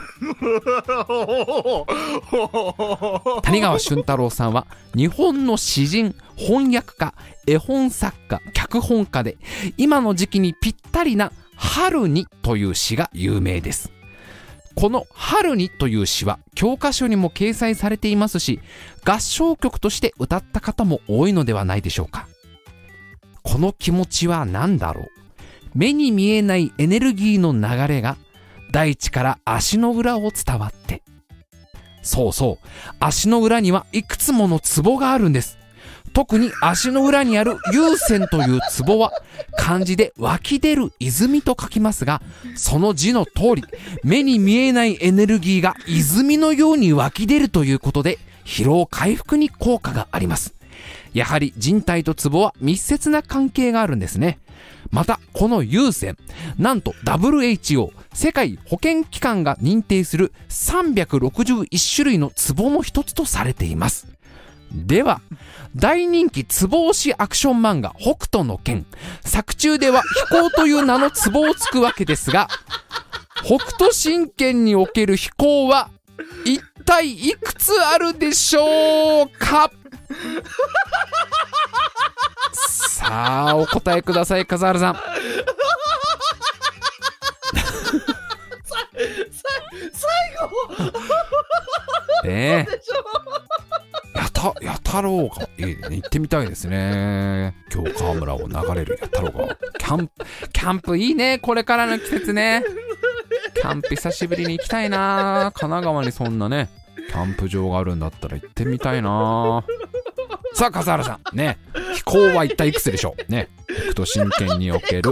谷川俊太郎さんは日本の詩人、翻訳家、絵本作家、脚本家で今の時期にぴったりな春にという詩が有名です。この春にという詩は教科書にも掲載されていますし合唱曲として歌った方も多いのではないでしょうか。この気持ちは何だろう。目に見えないエネルギーの流れが大地から足の裏を伝わって、そうそう足の裏にはいくつもの壺があるんです。特に足の裏にある有泉という壺は漢字で湧き出る泉と書きますがその字の通り目に見えないエネルギーが泉のように湧き出るということで疲労回復に効果があります。やはり人体と壺は密接な関係があるんですね。またこの有泉なんと ダブリューエイチオー 世界保健機関が認定するさんびゃくろくじゅういち種類の壺の一つとされています。では大人気壺推しアクション漫画北斗の拳、作中では飛行という名の壺をつくわけですが北斗神拳における飛行は一体いくつあるでしょうか。さあお答えください笠原さん。 最後ねえやたや太郎川、えー、行ってみたいですね。京川村を流れるや太郎川。キャンプキャンプいいねこれからの季節ね。キャンプ久しぶりに行きたいな。神奈川にそんなねキャンプ場があるんだったら行ってみたいな。さあ笠原さんね飛行は一体いくつでしょうね。北斗神拳における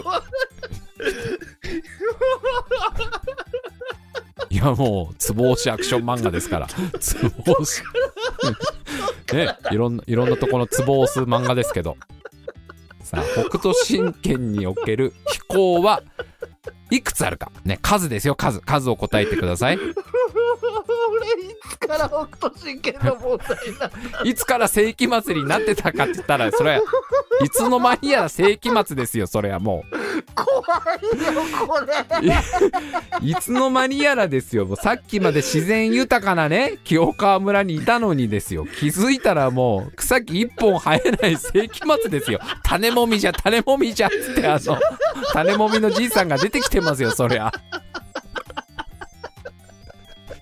いやもうツボ押しアクション漫画ですからツボ押しねいろんないろんなところツボ押す漫画ですけどさあ北斗神拳における飛行はいくつあるかね数ですよ数数を答えてください。 俺いつから北斗神拳の問題になったいつから世紀末になってたかって言ったらそれはいつの間にやら世紀末ですよ。それはもう怖いよこれいつの間にやらですよ。もうさっきまで自然豊かなね清川村にいたのにですよ気づいたらもう草木一本生えない世紀末ですよ。種もみじゃ種もみじゃっつってあの種もみのじいさんが出てきてますよそりゃ。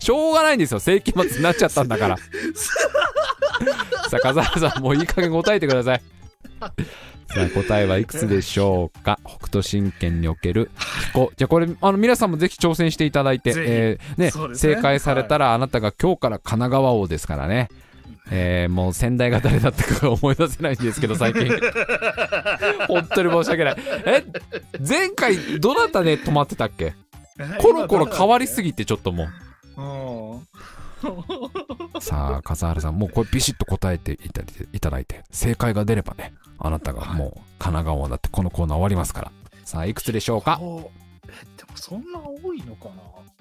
しょうがないんですよ。世紀末になっちゃったんだから。さあ、風原さん、もういい加減答えてください。さあ、答えはいくつでしょうか。北斗神拳における飛行。じゃあこれ、あの、皆さんもぜひ挑戦していただいて、えー、ね、ね、正解されたら、はい、あなたが今日から神奈川王ですからね。えー、もう先代が誰だったかが思い出せないんですけど、最近。本当に申し訳ない。え、前回、どなたで止まってたっけ？コロコロ変わりすぎて、ちょっともう。さあ、笠原さん、もうこれビシッと答えていただいて、いただいて、正解が出ればね、あなたがもう神奈川だってこのコーナー終わりますから。さあ、いくつでしょうか？え、でもそんな多いのかな、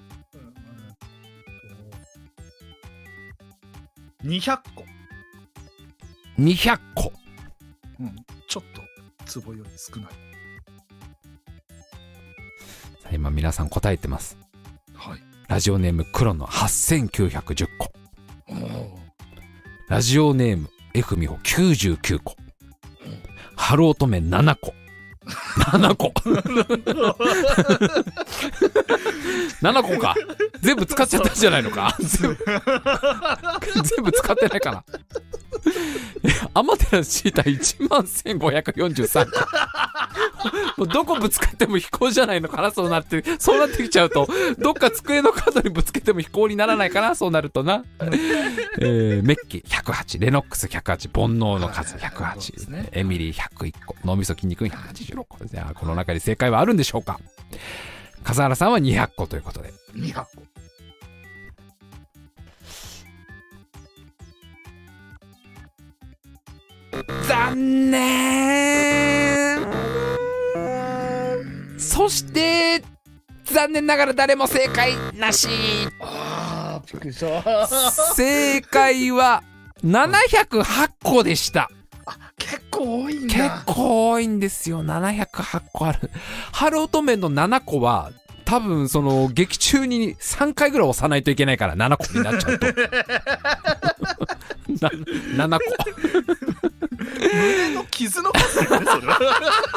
うん、にひゃっこ。 にひゃっこ。 うん、ちょっと坪より少ない。 さあ、今皆さん答えてます。 はい。 ラジオネーム黒のはっせんきゅうひゃくじゅっこ。ラジオネーム F 美穂きゅうじゅうきゅうこ。春乙女ななこ。ななこ。ななこか。全部使っちゃったんじゃないのか。全部、全部使ってないかな。アマテラスチーターいちまんせんごひゃくよんじゅうさんこ。もうどこぶつかっても飛行じゃないのかな、そうなって、そうなってきちゃうと、どっか机の角にぶつけても飛行にならないかな、そうなるとな。えー、メッキひゃくはち、レノックスひゃくはち、煩悩の数ひゃくはち、ね、エミリーひゃくいっこ、脳みそ筋肉ひゃくはちじゅうろっこですね。この中に正解はあるんでしょうか。笠原さんはにひゃっこということで。 にひゃっこ。 残念。そして残念ながら誰も正解なし。 あー、びっくりした。 正解はななひゃくはちこでした。 あ、結構多いんだ。 結構多いんですよ。ななひゃくはちこある。春乙女のななこは多分その劇中にさんかいぐらい押さないといけないからななこになっちゃうと。ななこ。 胸の傷の数だね、それは。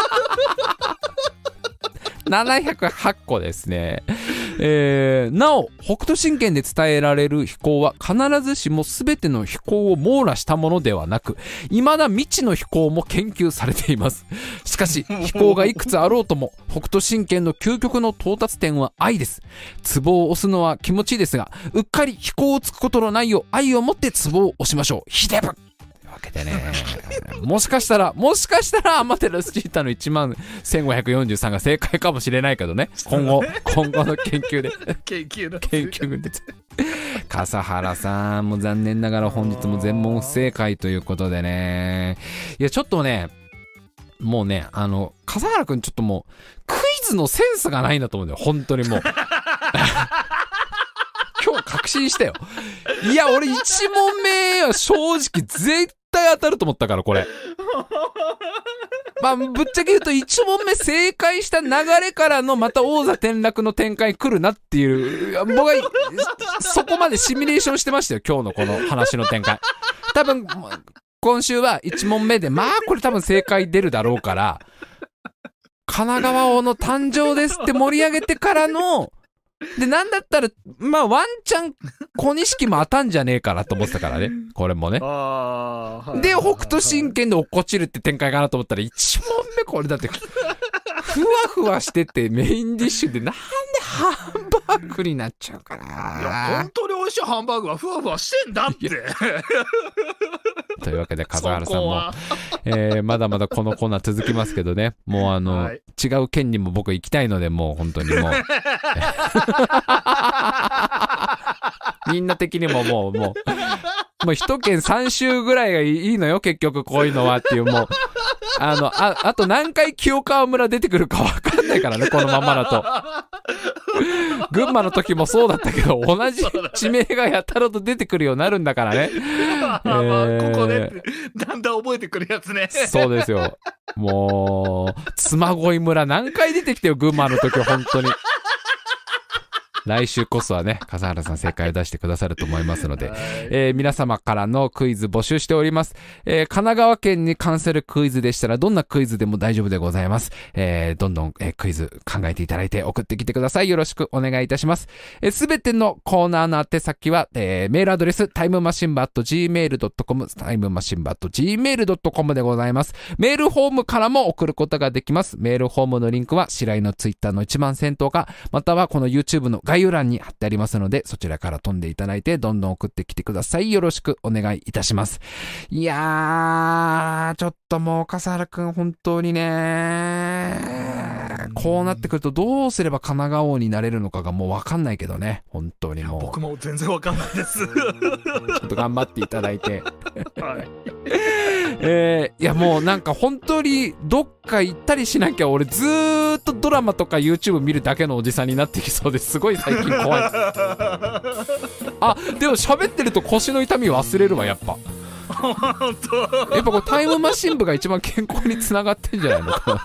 ななひゃくはちこですね。えー、なお北斗神拳で伝えられる飛行は必ずしも全ての飛行を網羅したものではなく、未だ未知の飛行も研究されています。しかし飛行がいくつあろうとも北斗神拳の究極の到達点は愛です。ツボを押すのは気持ちいいですが、うっかり飛行をつくことのないよう愛を持ってツボを押しましょう。ヒデブわけでね、もしかしたらもしかしたらアマテラスチータのいちまんせんごひゃくよんじゅうさんが正解かもしれないけどね、今後今後の研究で研究の研究で笠原さんも残念ながら本日も全問不正解ということでね。いやちょっとね、もうね、あの笠原くんちょっともうクイズのセンスがないんだと思うんだよ、本当にもう。今日確信したよ。いや俺いち問目は正直絶対当たると思ったからこれ。まあぶっちゃけ言うといち問目正解した流れからのまた王座転落の展開来るなっていう、僕はそこまでシミュレーションしてましたよ、今日のこの話の展開。多分今週はいち問目でまあこれ多分正解出るだろうから、神奈川王の誕生ですって盛り上げてからので、なんだったらまあワンチャン小錦も当たんじゃねえかなと思ってたからね、これもね。 あー、はい、 で北斗神拳で落っこちるって展開かなと思ったらいち問目これだってふわふわしててメインディッシュでなんでハンバーグになっちゃうかな。 いや本当に美味しいハンバーグはふわふわしてんだって。 というわけで笠原さんも、えー、まだまだこのコーナー続きますけどね、もうあの、はい、違う県にも僕行きたいので、もう本当にもうみんな的にももうもうもう一県三周ぐらいがいいのよ結局こういうのはっていう、もうあのああと何回清川村出てくるか分かんないからね、このままだと。群馬の時もそうだったけど同じ地名がやたらと出てくるようになるんだからね。 まあまあ、えー、ここでだんだん覚えてくるやつね。 そうですよ。もう妻恋村何回出てきてよ群馬の時は本当に。 来週こそはね、笠原さん正解を出してくださると思いますので、えー、皆様からのクイズ募集しております。えー、神奈川県に関するクイズでしたら、どんなクイズでも大丈夫でございます。えー、どんどん、えー、クイズ考えていただいて送ってきてください。よろしくお願いいたします。すべ、えー、てのコーナーの宛先は、えー、メールアドレス、タイムマシンバット ジーメールドットコム、タイムマシンバット ジーメールドットコム でございます。メールフォームからも送ることができます。メールフォームのリンクは、白井のツイッターの一番先頭か、またはこの YouTube の概要欄に貼ってありますので、そちらから飛んでいただいて、どんどん送ってきてください。よろしくお願いいたします。いやー、ちょっともう笠原くん本当にね、こうなってくるとどうすれば神奈川王になれるのかがもうわかんないけどね、本当にもう。 僕も全然わかんないです。ちょっと頑張っていただいて。 はい。 えー、いやもうなんか本当にどっか行ったりしなきゃ俺ずーっとドラマとか YouTube 見るだけのおじさんになってきそうです。すごい最近怖い。あ、でも喋ってると腰の痛み忘れるわ、やっぱ。 本当。 やっぱこうタイムマシン部が一番健康につながってんじゃないのかな。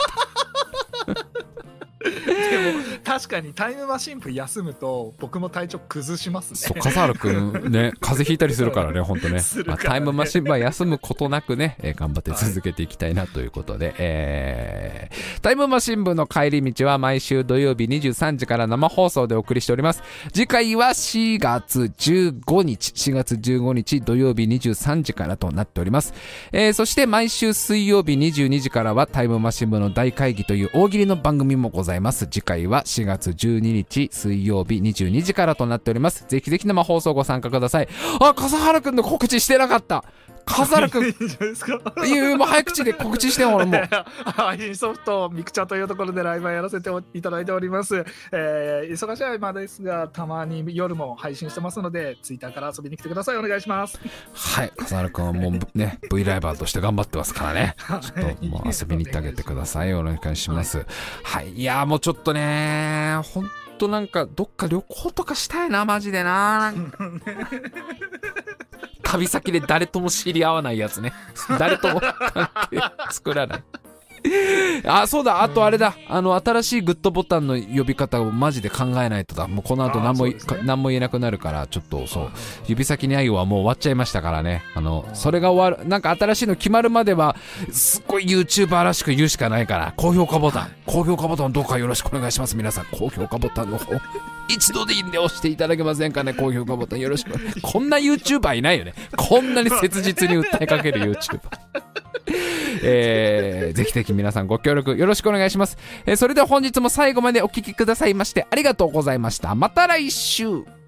でも確かにタイムマシン部休むと僕も体調崩しますね。 そう、笠原くんね、風邪ひいたりするからね、ほんとね。まあ、タイムマシン部は休むことなくね、えー、頑張って続けていきたいなということで、はい、えー、タイムマシン部の帰り道は毎週土曜日にじゅうさんじから生放送でお送りしております。次回はしがつじゅうごにち、しがつじゅうごにち土曜日にじゅうさんじからとなっております。えー、そして毎週水曜日にじゅうにじからはタイムマシン部の大会議という大喜利の番組もございます。次回はしがつじゅうににち水曜日にじゅうにじからとなっております。ぜひぜひ生放送ご参加ください。あ、笠原くんの告知してなかった。笠原くん、いいじゃないですか。いや、もう早口で告知してよ、俺も。 配信ソフトミクチャというところでライブやらせていただいております。えー、忙しい合間ですが、たまに夜も配信してますので、ツイッターから遊びに来てください。お願いします。 はい、笠原くんはもうね、V ライバーとして頑張ってますからね。ちょっともう遊びに行ってあげてください。お願いします。はい、はい、いや、もうちょっとね、ほんとなんかどっか旅行とかしたいな、マジでな。旅先で誰とも知り合わないやつね。誰とも関係作らない。あ、そうだ、あとあれだ、あの新しいグッドボタンの呼び方をマジで考えないとだ。もうこの後何も、ね、何も言えなくなるから、ちょっとそう、指先に愛はもう終わっちゃいましたからね。あのそれが終わる、なんか新しいの決まるまではすっごい YouTuber らしく言うしかないから、高評価ボタン、高評価ボタンどうかよろしくお願いします。皆さん高評価ボタンの方一度でいいんで押していただけませんかね。高評価ボタンよろしく。こんな YouTuber いないよね。こんなに切実に訴えかける YouTuber。えー、ぜひぜひ皆さんご協力よろしくお願いします。えー、それでは本日も最後までお聞きくださいましてありがとうございました。また来週。